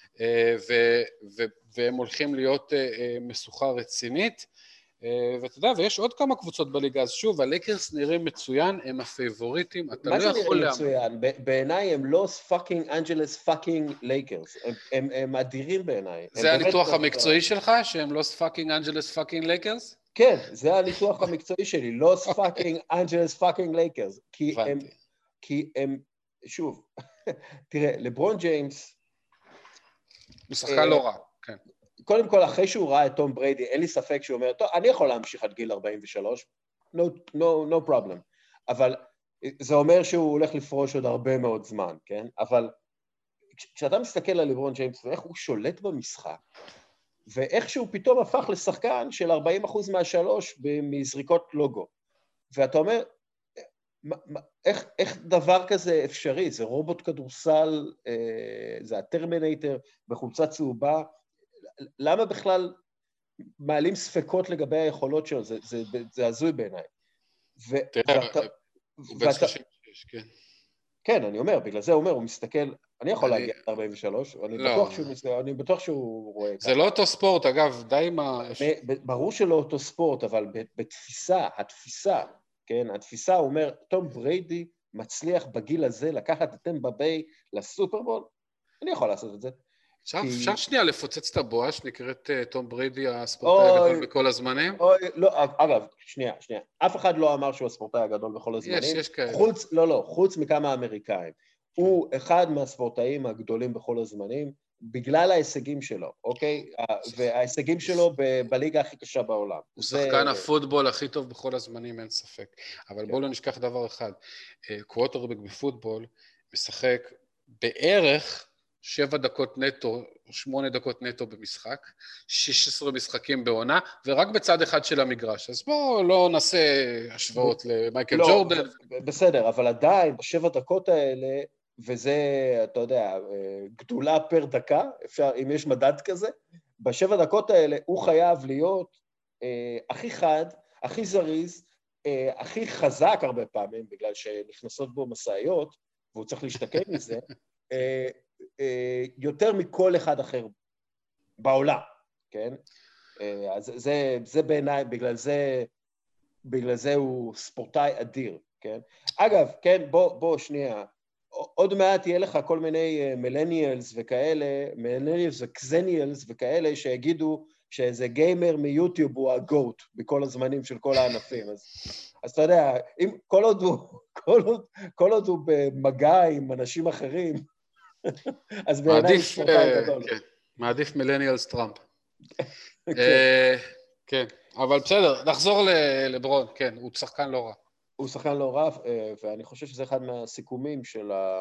והם הולכים להיות משוכה רצינית, ואתה יודע, ויש עוד כמה קבוצות בליגה, אז שוב, הלייקרס נראים מצוין, הם הפייבוריטים, אתה לא יכול... מה זה נראים מצוין? בעיניי הם לא פאקינג אנג'לס פאקינג לייקרס, הם אדירים בעיניי. זה הניתוח המקצועי שלך, שהם לא פאקינג אנג'לס פאקינג לייקרס? כן, זה הניתוח המקצועי שלי, לא פאקינג אנג'לס פאקינג לייקרס, כי הם, שוב, תראה, לברון ג'יימס... הוא שחקן לא רע, כן. קודם כל, אחרי שהוא ראה את תום בריידי, אין לי ספק שהוא אומר, טוב, אני יכול להמשיך עד גיל ארבעים ושלוש, no, no, no problem. אבל זה אומר שהוא הולך לפרוש עוד הרבה מאוד זמן, כן? אבל כשאתה מסתכל על לברון ג'יימס ואיך הוא שולט במשחק, ואיך שהוא פתאום הפך לשחקן של ארבעים אחוז מהשלוש מזריקות לוגו, ואתה אומר, איך, איך דבר כזה אפשרי? זה רובוט כדורסל, זה הטרמינטור בחולצה צהובה, למה בכלל מעלים ספקות לגבי היכולות שלו? זה, זה, זה הזוי בעיניי. ו, תראה, ואתה, הוא בן שלושים ושש, כן. כן, אני אומר, בגלל זה הוא אומר, הוא מסתכל, אני יכול להגיע ל-ארבעים ושלוש, אני בטוח שהוא, אני בטוח שהוא רואה ככה. זה לא אותו ספורט, אגב, די מה... ברור שלא אותו ספורט, אבל בתפיסה, התפיסה, כן, התפיסה, הוא אומר, תום בריידי מצליח בגיל הזה לקחת את טמפה ביי לסופרבול, אני יכול לעשות את זה. עכשיו, אפשר שנייה לפוצץ את הבועה שנקראת תום בריידי הספורטאי הגדול בכל הזמנים? לא, אגב, שנייה, שנייה, אף אחד לא אמר שהוא הספורטאי הגדול בכל הזמנים. יש, יש כאלה. חוץ, לא, לא, חוץ מכמה אמריקאים. הוא אחד מהספורטאים הגדולים בכל הזמנים, בגלל ההישגים שלו, אוקיי? וההישגים שלו בליגה הכי קשה בעולם. הוא שחקן הפוטבול הכי טוב בכל הזמנים, אין ספק. אבל בואו לא נשכח דבר אחד. קווטרבק בפוטבול משחק בערך שבע דקות נטו, שמונה דקות נטו במשחק, שש עשרה משחקים בעונה, ורק בצד אחד של המגרש. אז בואו לא נעשה השוואות למייקל ג'ורדן. בסדר, אבל עדיין, בשבע דקות האלה, וזה, אתה יודע, גדולה פר דקה, אפשר, אם יש מדד כזה, בשבע דקות האלה הוא חייב להיות אה, הכי חד, הכי זריז, אה, הכי חזק הרבה פעמים, בגלל שנכנסות בו מסעיות, והוא צריך להשתקם מזה, אה, אה, יותר מכל אחד אחר בעולם, כן? אה, אז זה, זה בעיניי, בגלל זה, בגלל זה הוא ספורטאי אדיר, כן? אגב, כן, בוא, בוא, שנייה, עוד מעט יהיה לך כל מיני מילניאלס וכאלה, מילניאלס וקזניאלס וכאלה, שיגידו שאיזה גיימר מיוטיוב הוא הגוט בכל הזמנים של כל הענפים. אז, אז אתה יודע, אם, כל, עוד הוא, כל, עוד, כל עוד הוא במגע עם אנשים אחרים, אז בעיניי הוא ספורטאי גדול. כן, מעדיף מילניאלס טראמפ. כן. כן, אבל בסדר, נחזור לברון, כן, הוא שחקן לא רע. הוא שחקן לא רע, ואני חושב שזה אחד מהסיכומים של, ה...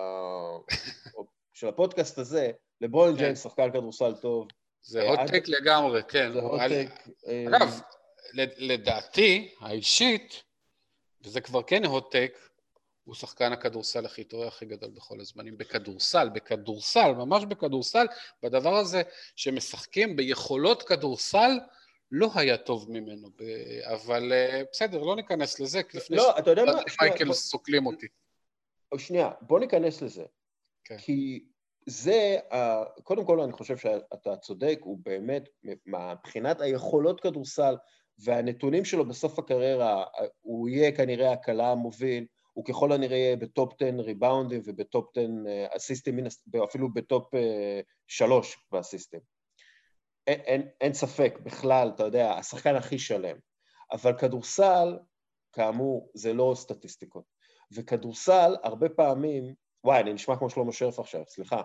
של הפודקאסט הזה, לברון ג'יימס שחקן כדורסל טוב. זה הוט-טק לגמרי, כן. זה הוט-טק. אגב, לדעתי, האישית, וזה כבר כן הוט-טק, הוא שחקן הכדורסל הכי טוב, הכי גדול בכל הזמנים, בכדורסל, בכדורסל, ממש בכדורסל, בדבר הזה שמשחקים ביכולות כדורסל, לא היה טוב ממנו, אבל בסדר, לא ניכנס לזה, לפני שמייקל סוקלים אותי. שנייה, בוא ניכנס לזה, כי זה, קודם כל אני חושב שאתה צודק, הוא באמת, מבחינת היכולות כדורסל, והנתונים שלו בסוף הקריירה, הוא יהיה כנראה הקלה המוביל, הוא ככל הנראה יהיה בטופ עשר ריבאונדים ובטופ עשר אסיסטים, אפילו בטופ שלוש באסיסטים. אין, אין, אין ספק, בכלל, אתה יודע, השחקן הכי שלם. אבל כדורסל, כאמור, זה לא סטטיסטיקות. וכדורסל, הרבה פעמים, וואי, אני נשמע כמו שלמה שרף עכשיו, סליחה.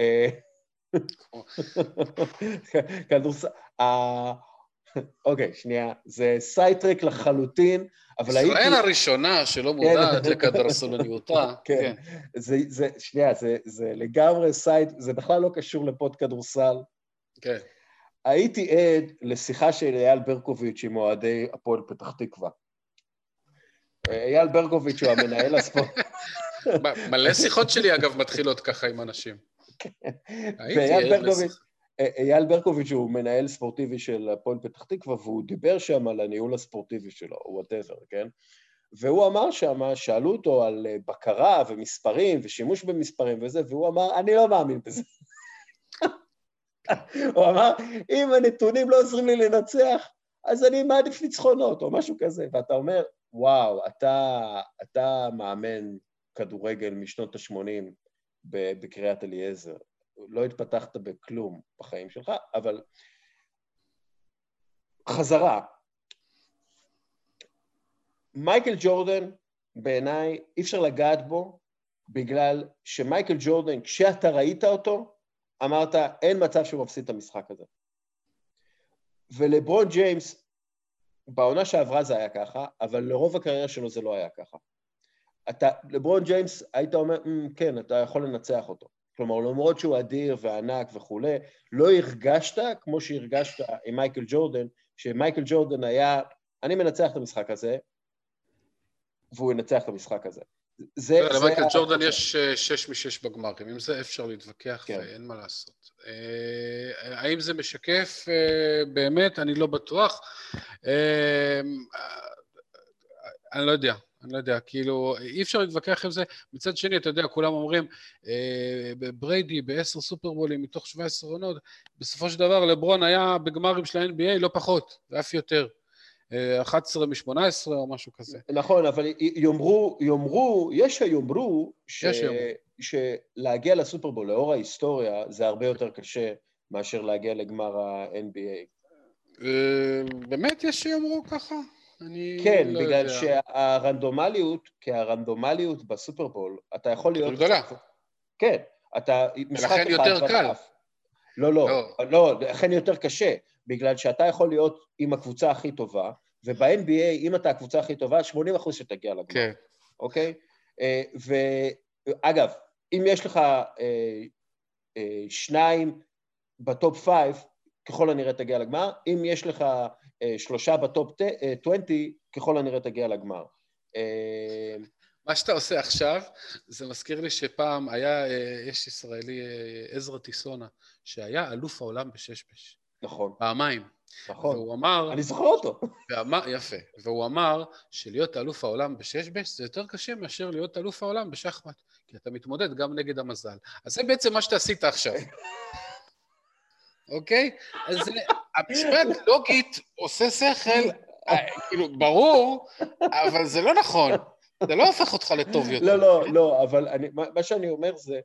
כדורסל, אוקיי, שנייה, זה סייטרק לחלוטין, אבל הייתי... ישראל הראשונה שלא מודעת לכדורסלניותה. כן, זה, שנייה, זה לגמרי סייט, זה בכלל לא קשור לפוד כדורסל. כן. הייתי עד לשיחה של אייל ברקוביץ' עם אוהדי הפועל פתח תקווה. אייל ברקוביץ' הוא המנהל הספורט. מלא שיחות שלי אגב מתחילות ככה עם אנשים. אייל ברקוביץ' הוא מנהל ספורטיבי של הפועל פתח תקווה, והוא דיבר שם על הניהול הספורטיבי שלו, whatever, כן? והוא אמר שם, שאלו אותו על בקרה ומספרים ושימוש במספרים וזה, והוא אמר, אני לא מאמין בזה. הוא אמר, אם הנתונים לא עוזרים לי לנצח, אז אני מעדיף ניצחונות, או משהו כזה, ואתה אומר, וואו, אתה, אתה מאמן כדורגל משנות ה-שמונים בקריית אליעזר, לא התפתחת בכלום בחיים שלך, אבל חזרה, מייקל ג'ורדן, בעיניי, אי אפשר לגעת בו, בגלל שמייקל ג'ורדן, כשאתה ראית אותו, אמרת, אין מצב שהוא מפסיד את המשחק הזה. ולברון ג'יימס, בעונה שעברה זה היה ככה, אבל לרוב הקריירה שלו זה לא היה ככה. אתה, לברון ג'יימס, היית אומר, כן, אתה יכול לנצח אותו. כלומר, למרות שהוא אדיר וענק וכו', לא הרגשת כמו שהרגשת עם מייקל ג'ורדן, שמייקל ג'ורדן היה, אני מנצח את המשחק הזה, והוא ינצח את המשחק הזה. זה, זה למייקל ג'ורדן יש שש משש בגמרים, עם זה אפשר להתווכח כן. ואין מה לעשות. האם זה משקף? באמת, אני לא בטוח. אני לא יודע, אני לא יודע, כאילו, אי אפשר להתווכח עם זה. מצד שני, אתה יודע, כולם אומרים, בריידי בעשר סופרבולים מתוך שבע עשרה עונות, בסופו של דבר לברון היה בגמרים של ה-אן בי איי לא פחות, ואף יותר. אחת עשרה משמונה עשרה או משהו כזה. נכון, אבל יאמרו, יאמרו, יש שיאמרו, ש... יש שיאמרו. שלהגיע לסופרבול, לאור ההיסטוריה, זה הרבה יותר קשה מאשר להגיע לגמר ה-אן בי איי. באמת יש שיאמרו ככה? אני כן, לא בגלל יודע. שהרנדומליות, כי הרנדומליות בסופרבול, אתה יכול להיות... גדולה. כן, אתה משחק ולכן יותר קל. לא, לא, לא, לכן יותר קשה, בגלל שאתה יכול להיות עם הקבוצה הכי טובה, וב-אן בי איי, אם אתה הקבוצה הכי טובה, שמונים אחוז שתגיע לגמר. כן. אוקיי? ואגב, אם יש לך שניים בטופ חמש, ככל הנראה תגיע לגמר, אם יש לך שלושה בטופ עשרים, ככל הנראה תגיע לגמר. מה שאתה עושה עכשיו, זה מזכיר לי שפעם היה, יש ישראלי, עזרא טיסונה, שהיה אלוף העולם בשש-בש. נכון. פעמיים. נכון. והוא אמר... אני זוכר אותו. ואמר, יפה. והוא אמר שלהיות אלוף העולם בשש-בש זה יותר קשה מאשר להיות אלוף העולם בשחמט, כי אתה מתמודד גם נגד המזל. אז זה בעצם מה שאתה עשית עכשיו. אוקיי? אז המשפט לוגית עושה שכל, כאילו, ברור, אבל זה לא נכון. זה לא הופך אותך לטוב יותר. לא, לא, לא, אבל אני, מה שאני אומר זה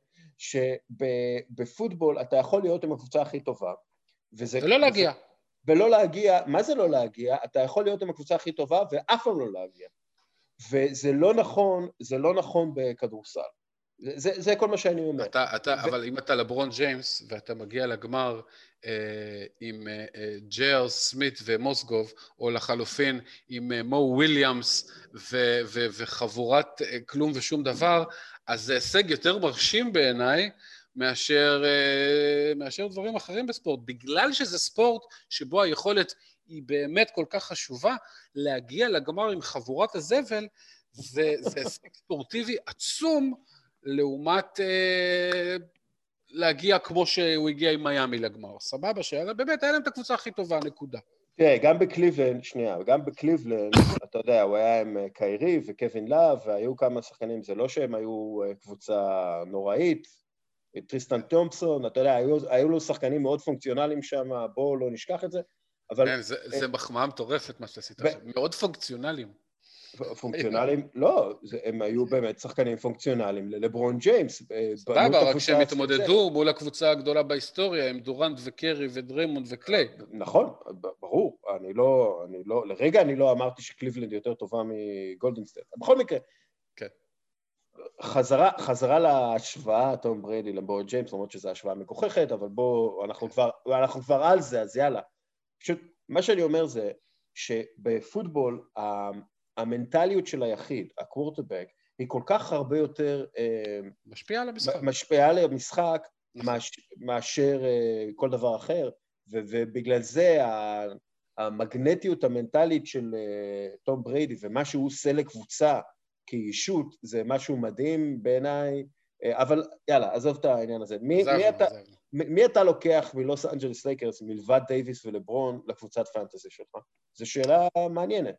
שבפוטבול אתה יכול להיות עם הקבוצה הכי טובה. וזה, ולא להגיע. ולא להגיע, מה זה לא להגיע? אתה יכול להיות עם הקבוצה הכי טובה ואף פעם לא להגיע. וזה לא נכון, זה לא נכון בכדורסל. זה, זה כל מה שאני אומר. אתה, אתה, ו... אבל אם אתה לברון ג'יימס ואתה מגיע לגמר אה, עם אה, ג'ייר סמית ומוסגוב, או לחלופין עם אה, מו וויליאמס ו, ו, וחבורת אה, כלום ושום דבר, אז זה הישג יותר מרשים בעיניי, מאשר, אה, מאשר דברים אחרים בספורט, בגלל שזה ספורט שבו היכולת היא באמת כל כך חשובה, להגיע לגמר עם חבורת הזבל, זה, זה הישג ספורטיבי עצום, לעומת אה, להגיע כמו שהוא הגיע עם מיאמי לגמר. סבבה, שבאמת היה להם את הקבוצה הכי טובה, נקודה. תראה, גם בקליבלנד, שנייה, גם בקליבלנד, אתה יודע, הוא היה עם קיירי וקווין לאב, והיו כמה שחקנים, זה לא שהם היו קבוצה נוראית, טריסטן תומפסון, אתה יודע, היו, היו לו שחקנים מאוד פונקציונליים שם, בואו לא נשכח את זה, אבל... כן, זה, זה מחמאה מטורפת מה שעשית עכשיו, מאוד פונקציונליים. פונקציונליים, לא, הם היו באמת שחקנים פונקציונליים ללברון ג'יימס. סבבה, רק שהם התמודדו מול הקבוצה הגדולה בהיסטוריה, עם דורנט וקרי ודריימונד וקליי. נכון, ברור, אני לא, אני לא, לרגע אני לא אמרתי שקליבלנד יותר טובה מגולדן סטייט. בכל מקרה, כן. חזרה, חזרה להשוואה, תום בריידי לברון ג'יימס, למרות שזו השוואה מגוחכת, אבל בואו, אנחנו כבר, אנחנו כבר על זה, אז יאללה. פשוט, מה שאני אומר זה, שבפוטבול, המנטליות של היחיד, הקוורטרבק, היא כל כך הרבה יותר... משפיעה על המשחק. משפיעה על המשחק, מאשר כל דבר אחר, ובגלל זה המגנטיות המנטלית של תום בריידי, ומה שהוא עושה לקבוצה כאישות, זה משהו מדהים בעיניי, אבל יאללה, עזוב את העניין הזה. מי, מי, אתה, מי אתה לוקח מלוס אנג'לס לייקרס, מלבד דייביס ולברון, לקבוצת פנטזי שלך? זו שאלה מעניינת.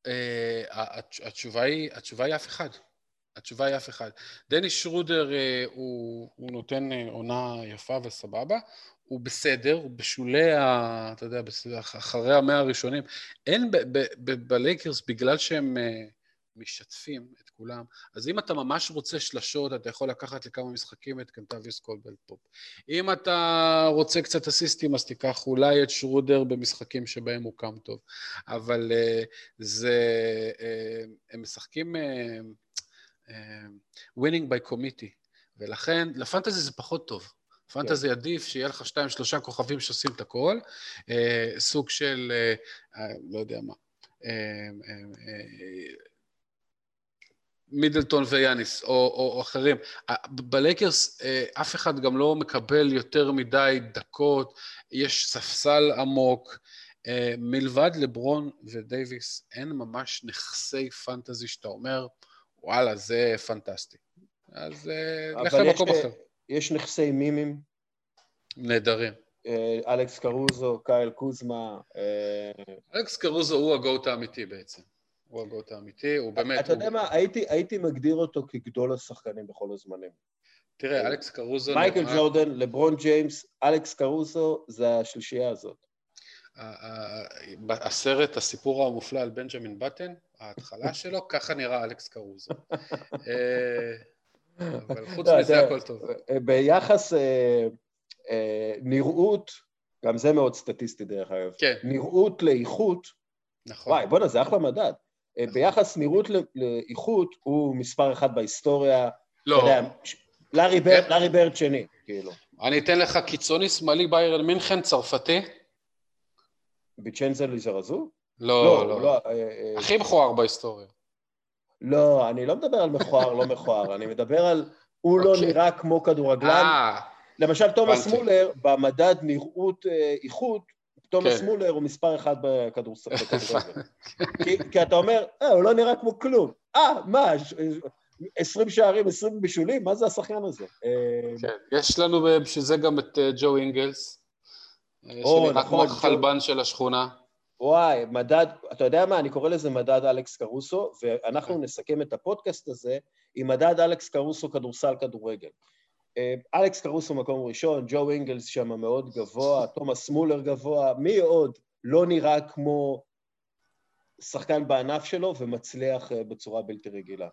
התשובה היא, התשובה היא אף אחד. התשובה היא אף אחד. דני שרודר הוא, הוא נותן עונה יפה וסבבה, הוא בסדר, הוא בשולי, ה, אתה יודע, אחרי המאה הראשונים. אין בלייקרס, בגלל שהם משתפים את כולם, אז אם אתה ממש רוצה שלשות, אתה יכול לקחת לכמה משחקים את קנטביוס קולדוול פופ. אם אתה רוצה קצת אסיסטים, אז תיקח אולי את שרודר במשחקים שבהם הוא קם טוב. אבל uh, זה, uh, הם משחקים uh, uh, winning by committee, ולכן לפנטזי זה פחות טוב. פנטזי עדיף שיהיה לך שתיים, שלושה כוכבים שעושים את הכל, uh, סוג של, uh, uh, לא יודע מה, uh, uh, uh, מידלטון ויאניס, או, או, או אחרים. בלייקרס אף אחד גם לא מקבל יותר מדי דקות, יש ספסל עמוק, מלבד לברון ודייביס, אין ממש נכסי פנטזי שאתה אומר, וואלה, זה פנטסטי. אז לך למקום אחר. יש נכסי מימים. נהדרים. אלכס קרוזו, קייל קוזמה. אלכס קרוזו הוא הגוט האמיתי בעצם. הוא הגוט האמיתי, הוא באמת... אתה יודע מה, הייתי מגדיר אותו כגדול השחקנים בכל הזמנים. תראה, אלכס קרוזו... מייקל ג'ורדן, לברון ג'יימס, אלכס קרוזו, זה השלישייה הזאת. הסרט, הסיפור המופלא על בנג'מין בטן, ההתחלה שלו, ככה נראה אלכס קרוזו. אבל חוץ מזה הכל טוב. ביחס נראות, גם זה מאוד סטטיסטי דרך אגב, נראות לאיכות, וואי, בוא נזה, אחלה מדד. ביחס נראות לאיכות, הוא מספר אחד בהיסטוריה, לא. לארי ברד שני, כאילו. אני אתן לך קיצוני שמאלי ביירן מינכן, צרפתי. ביצ'נזו ליזרזו? לא, לא. הכי מכוער בהיסטוריה. לא, אני לא מדבר על מכוער, לא מכוער, אני מדבר על, הוא לא נראה כמו כדורגלן. למשל, תומאס מולר, במדד נראות איכות, תומאס מולר הוא מספר אחד בכדורגל. כי אתה אומר, הוא לא נראה כמו כלום. אה, מה, עשרים שערים, עשרים בישולים? מה זה השחקן הזה? יש לנו בשביל זה גם את ג'ו אינגלס, שנראה כמו החלבן של השכונה. וואי, מדד, אתה יודע מה, אני קורא לזה מדד אלכס קרוסו, ואנחנו נסכם את הפודקאסט הזה עם מדד אלכס קרוסו כדורסל כדורגל. אלכס קרוסו מקום ראשון, ג'ו אינגלס שם מאוד גבוה, תומאס מולר גבוה, מי עוד לא נראה כמו שחקן בענף שלו ומצליח בצורה בלתי רגילה?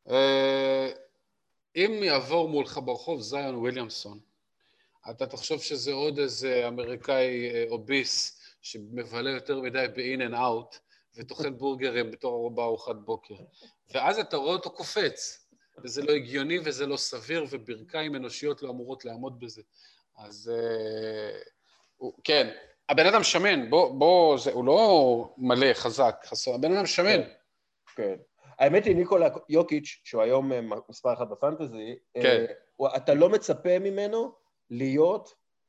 אם יעבור מולך ברחוב זיון וויליאמסון, אתה תחשוב שזה עוד איזה אמריקאי אוביס שמבלה יותר מדי ב-in and out ותאכל בורגרים בתור בארוחת בוקר. ואז אתה רואה אותו קופץ, וזה לא הגיוני וזה לא סביר, וברכיים אנושיות לא אמורות לעמוד בזה. אז כן, הבן אדם שמן, בוא, הוא לא מלא, חזק, חסר, הבן אדם שמן. כן. האמת היא, ניקולה יוקיץ', שהוא היום מספר אחד בפנטזי, אתה לא מצפה ממנו להיות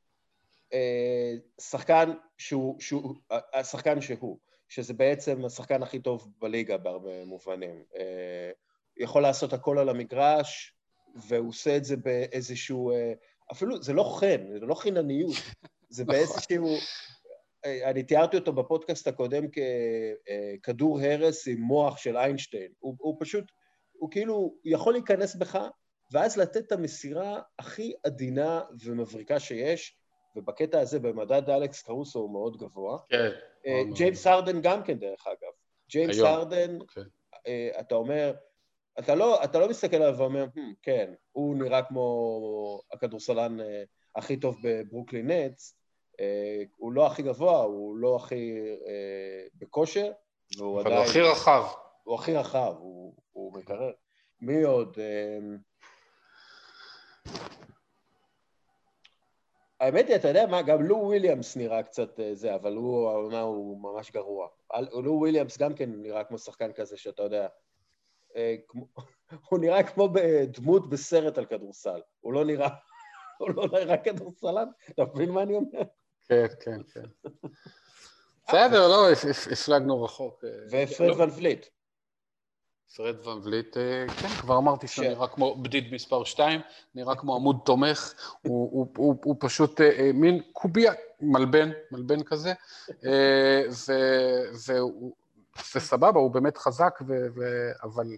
שחקן שהוא, השחקן שהוא, שזה בעצם השחקן הכי טוב בליגה בהרבה מובנים. יכול לעשות הכל על המגרש, והוא עושה את זה באיזשהו, אפילו זה לא חן, זה לא חינניות, זה באיזשהו, אני תיארתי אותו בפודקאסט הקודם ככדור הרס עם מוח של איינשטיין. הוא, הוא פשוט, הוא כאילו יכול להיכנס בך, ואז לתת את המסירה הכי עדינה ומבריקה שיש, ובקטע הזה במדד אלכס קרוסו הוא מאוד גבוה. כן. ג'יימס הרדן גם כן דרך אגב. ג'יימס הרדן, אתה אומר, אתה לא, אתה לא מסתכל עליו ואומר, כן, הוא נראה כמו הכדורסלן הכי טוב בברוקלין נטס, הוא לא הכי גבוה, הוא לא הכי בכושר, והוא עדיין... אבל הוא הכי רחב. הוא הכי רחב, הוא מקרר. מי עוד? האמת היא, אתה יודע מה, גם לו וויליאמס נראה קצת זה, אבל הוא, העונה הוא ממש גרוע. לו וויליאמס גם כן נראה כמו שחקן כזה שאתה יודע, הוא נראה כמו דמות בסרט על כדורסל. הוא לא נראה, הוא לא נראה כדורסלן, אתה מבין מה אני אומר? כן, כן, כן. בסדר, לא, הפלגנו רחוק. ופרד ון וליט. פרד ון וליט, כן, כבר אמרתי שהוא נראה כמו בדיד מספר שתיים, נראה כמו עמוד תומך, הוא פשוט מין קוביה, מלבן, מלבן כזה, וסבבה, הוא באמת חזק, אבל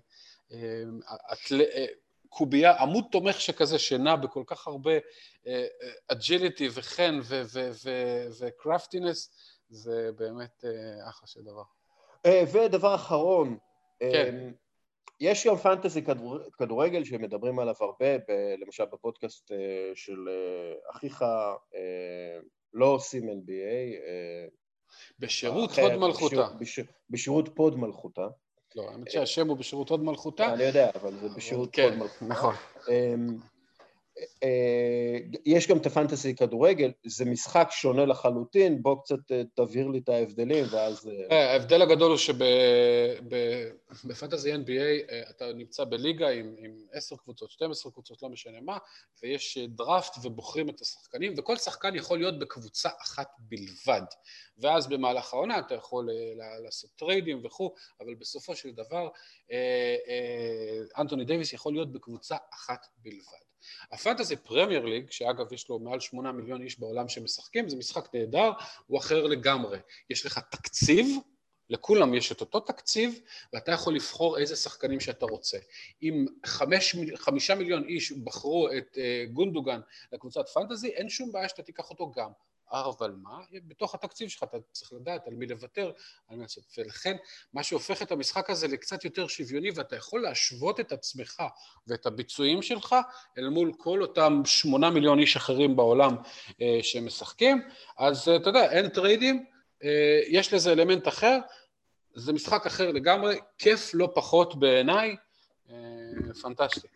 קוביה, עמוד תומך שכזה, שנע בכל כך הרבה אג'יליטי וחן וקרפטינס, זה באמת אחלה של דבר. ודבר אחרון, כן. יש יום פנטזי כדורגל שמדברים עליו הרבה, למשל בפודקאסט של אחיך, לא עושים אן בי איי. בשירות הוד מלכותה. בשירות פוד מלכותה. לא, האמת שהשם הוא בשירות הוד מלכותה. אני יודע, אבל זה בשירות פוד מלכותה. נכון. יש גם את הפנטסי כדורגל, זה משחק שונה לחלוטין, בוא קצת תבהיר לי את ההבדלים, ואז... ההבדל הגדול הוא שבפנטסי אן בי איי אתה נמצא בליגה עם עשר קבוצות, שתים עשרה קבוצות, לא משנה מה, ויש דראפט ובוחרים את השחקנים, וכל שחקן יכול להיות בקבוצה אחת בלבד, ואז במהלך העונה אתה יכול לעשות טריידים וכו', אבל בסופו של דבר אנטוני דייביס יכול להיות בקבוצה אחת בלבד. הפנטסי פרמייר ליג, שאגב יש לו מעל שמונה מיליון איש בעולם שמשחקים, זה משחק נהדר, הוא אחר לגמרי. יש לך תקציב, לכולם יש את אותו תקציב, ואתה יכול לבחור איזה שחקנים שאתה רוצה. אם חמש, חמישה מיליון איש בחרו את uh, גונדוגן לקבוצת פנטסי, אין שום בעיה שאתה תיקח אותו גם. אבל מה? בתוך התקציב שלך אתה צריך לדעת על מי לוותר, על מי לעשות. ולכן מה שהופך את המשחק הזה לקצת יותר שוויוני, ואתה יכול להשוות את עצמך ואת הביצועים שלך אל מול כל אותם שמונה מיליון איש אחרים בעולם אה, שמשחקים. אז אתה יודע, אין טריידים, אה, יש לזה אלמנט אחר, זה משחק אחר לגמרי, כיף לא פחות בעיניי, אה, פנטסטי.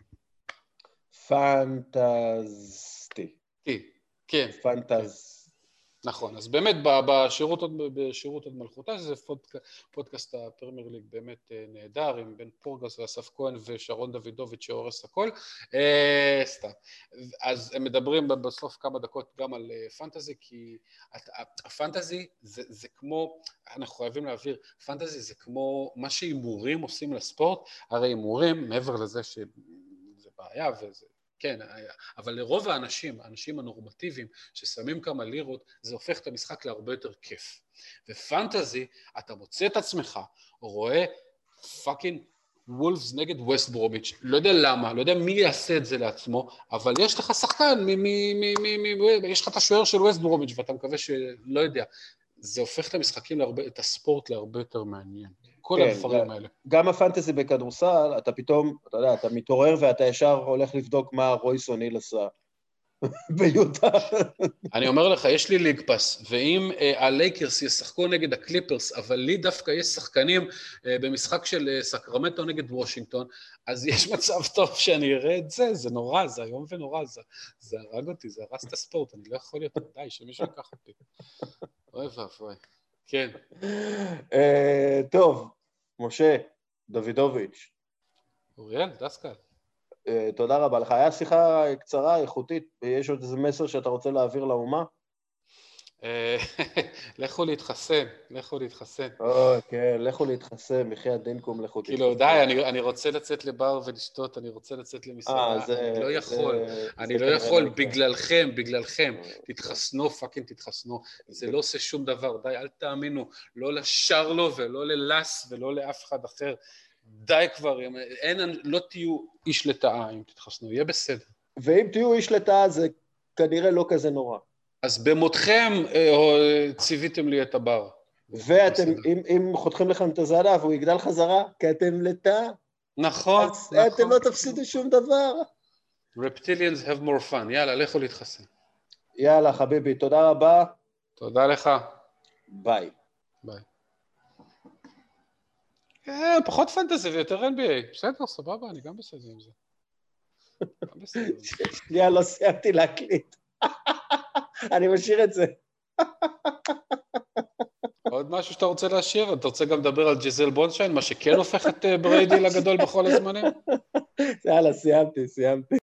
פנטסטי. כן. פנטסטי. נכון, אז באמת בשירות עוד מלכותה, שזה פודקאסט הפרמייר ליג באמת נהדר, עם בן פורגס ואסף כהן ושרון דוידוביץ' שהורס הכל, סתם. אז הם מדברים בסוף כמה דקות גם על פנטזי, כי הפנטזי זה כמו, אנחנו חייבים להעביר, פנטזי זה כמו מה שהימורים עושים לספורט, הרי הימורים, מעבר לזה שזה בעיה וזה, כן, אבל לרוב האנשים, האנשים הנורמטיביים ששמים כמה לירות, זה הופך את המשחק להרבה יותר כיף. ופנטזי, אתה מוצא את עצמך, רואה פאקינג וולפס נגד ווסט ברומיץ', לא יודע למה, לא יודע מי יעשה את זה לעצמו, אבל יש לך שחקן, מ- מ- מ- מ- מ- יש לך את השוער של ווסט ברומיץ', ואתה מקווה שלא יודע, זה הופך את המשחקים, להרבה, את הספורט להרבה יותר מעניין. כל כן, הדברים האלה. גם הפנטסי בכדורסל, אתה פתאום, אתה יודע, אתה מתעורר ואתה ישר הולך לבדוק מה רויס אוניל עשה ביוטה. אני אומר לך, יש לי ליג פאס, ואם uh, הלייקרס ישחקו נגד הקליפרס, אבל לי דווקא יש שחקנים uh, במשחק של uh, סקרמנטו נגד וושינגטון, אז יש מצב טוב שאני אראה את זה, זה נורא, זה היום ונורא, זה, זה הרג אותי, זה הרס את הספורט, אני לא יכול להיות, די, שמישהו ייקח אותי. אוי ואבוי. כן. טוב, משה, דוידוביץ'. אוריאל, דסקל. תודה רבה לך. היה שיחה קצרה, איכותית, יש עוד איזה מסר שאתה רוצה להעביר לאומה? לכו להתחסן, לכו להתחסן. כן, לכו להתחסן, מחי הדינקום, לכו להתחסן. כאילו, די, אני רוצה לצאת לבר ולשתות, אני רוצה לצאת למסעדה, אני לא יכול, אני לא יכול, בגללכם, בגללכם, תתחסנו, פאקינג תתחסנו, זה לא עושה שום דבר, די, אל תאמינו, לא לשרלו ולא ללס ולא לאף אחד אחר, די כבר, אין, לא תהיו איש לטעה אם תתחסנו, יהיה בסדר. ואם תהיו איש לטעה, זה כנראה לא כזה נורא. אז במותכם ציוויתם לי את הבר. ואתם, אם, אם חותכים לכם את הזעדה והוא יגדל חזרה, כי אתם לטעה. נכון, אז נכון. אתם לא תפסידו שום דבר. Reptilians have more fun. יאללה, לכו להתחסן. יאללה, חביבי, תודה רבה. תודה לך. ביי. ביי. אה, פחות פנטזי ויותר אן בי איי. בסדר, סבבה, אני גם בסדר עם זה. גם בסדר. יאללה, סיימתי להקליט. אני משאיר את זה. עוד משהו שאתה רוצה להשאיר? אתה רוצה גם לדבר על ג'יזל בונשיין, מה שכן הופך את בריידי לגדול בכל הזמנים? יאללה, סיימתי, סיימתי.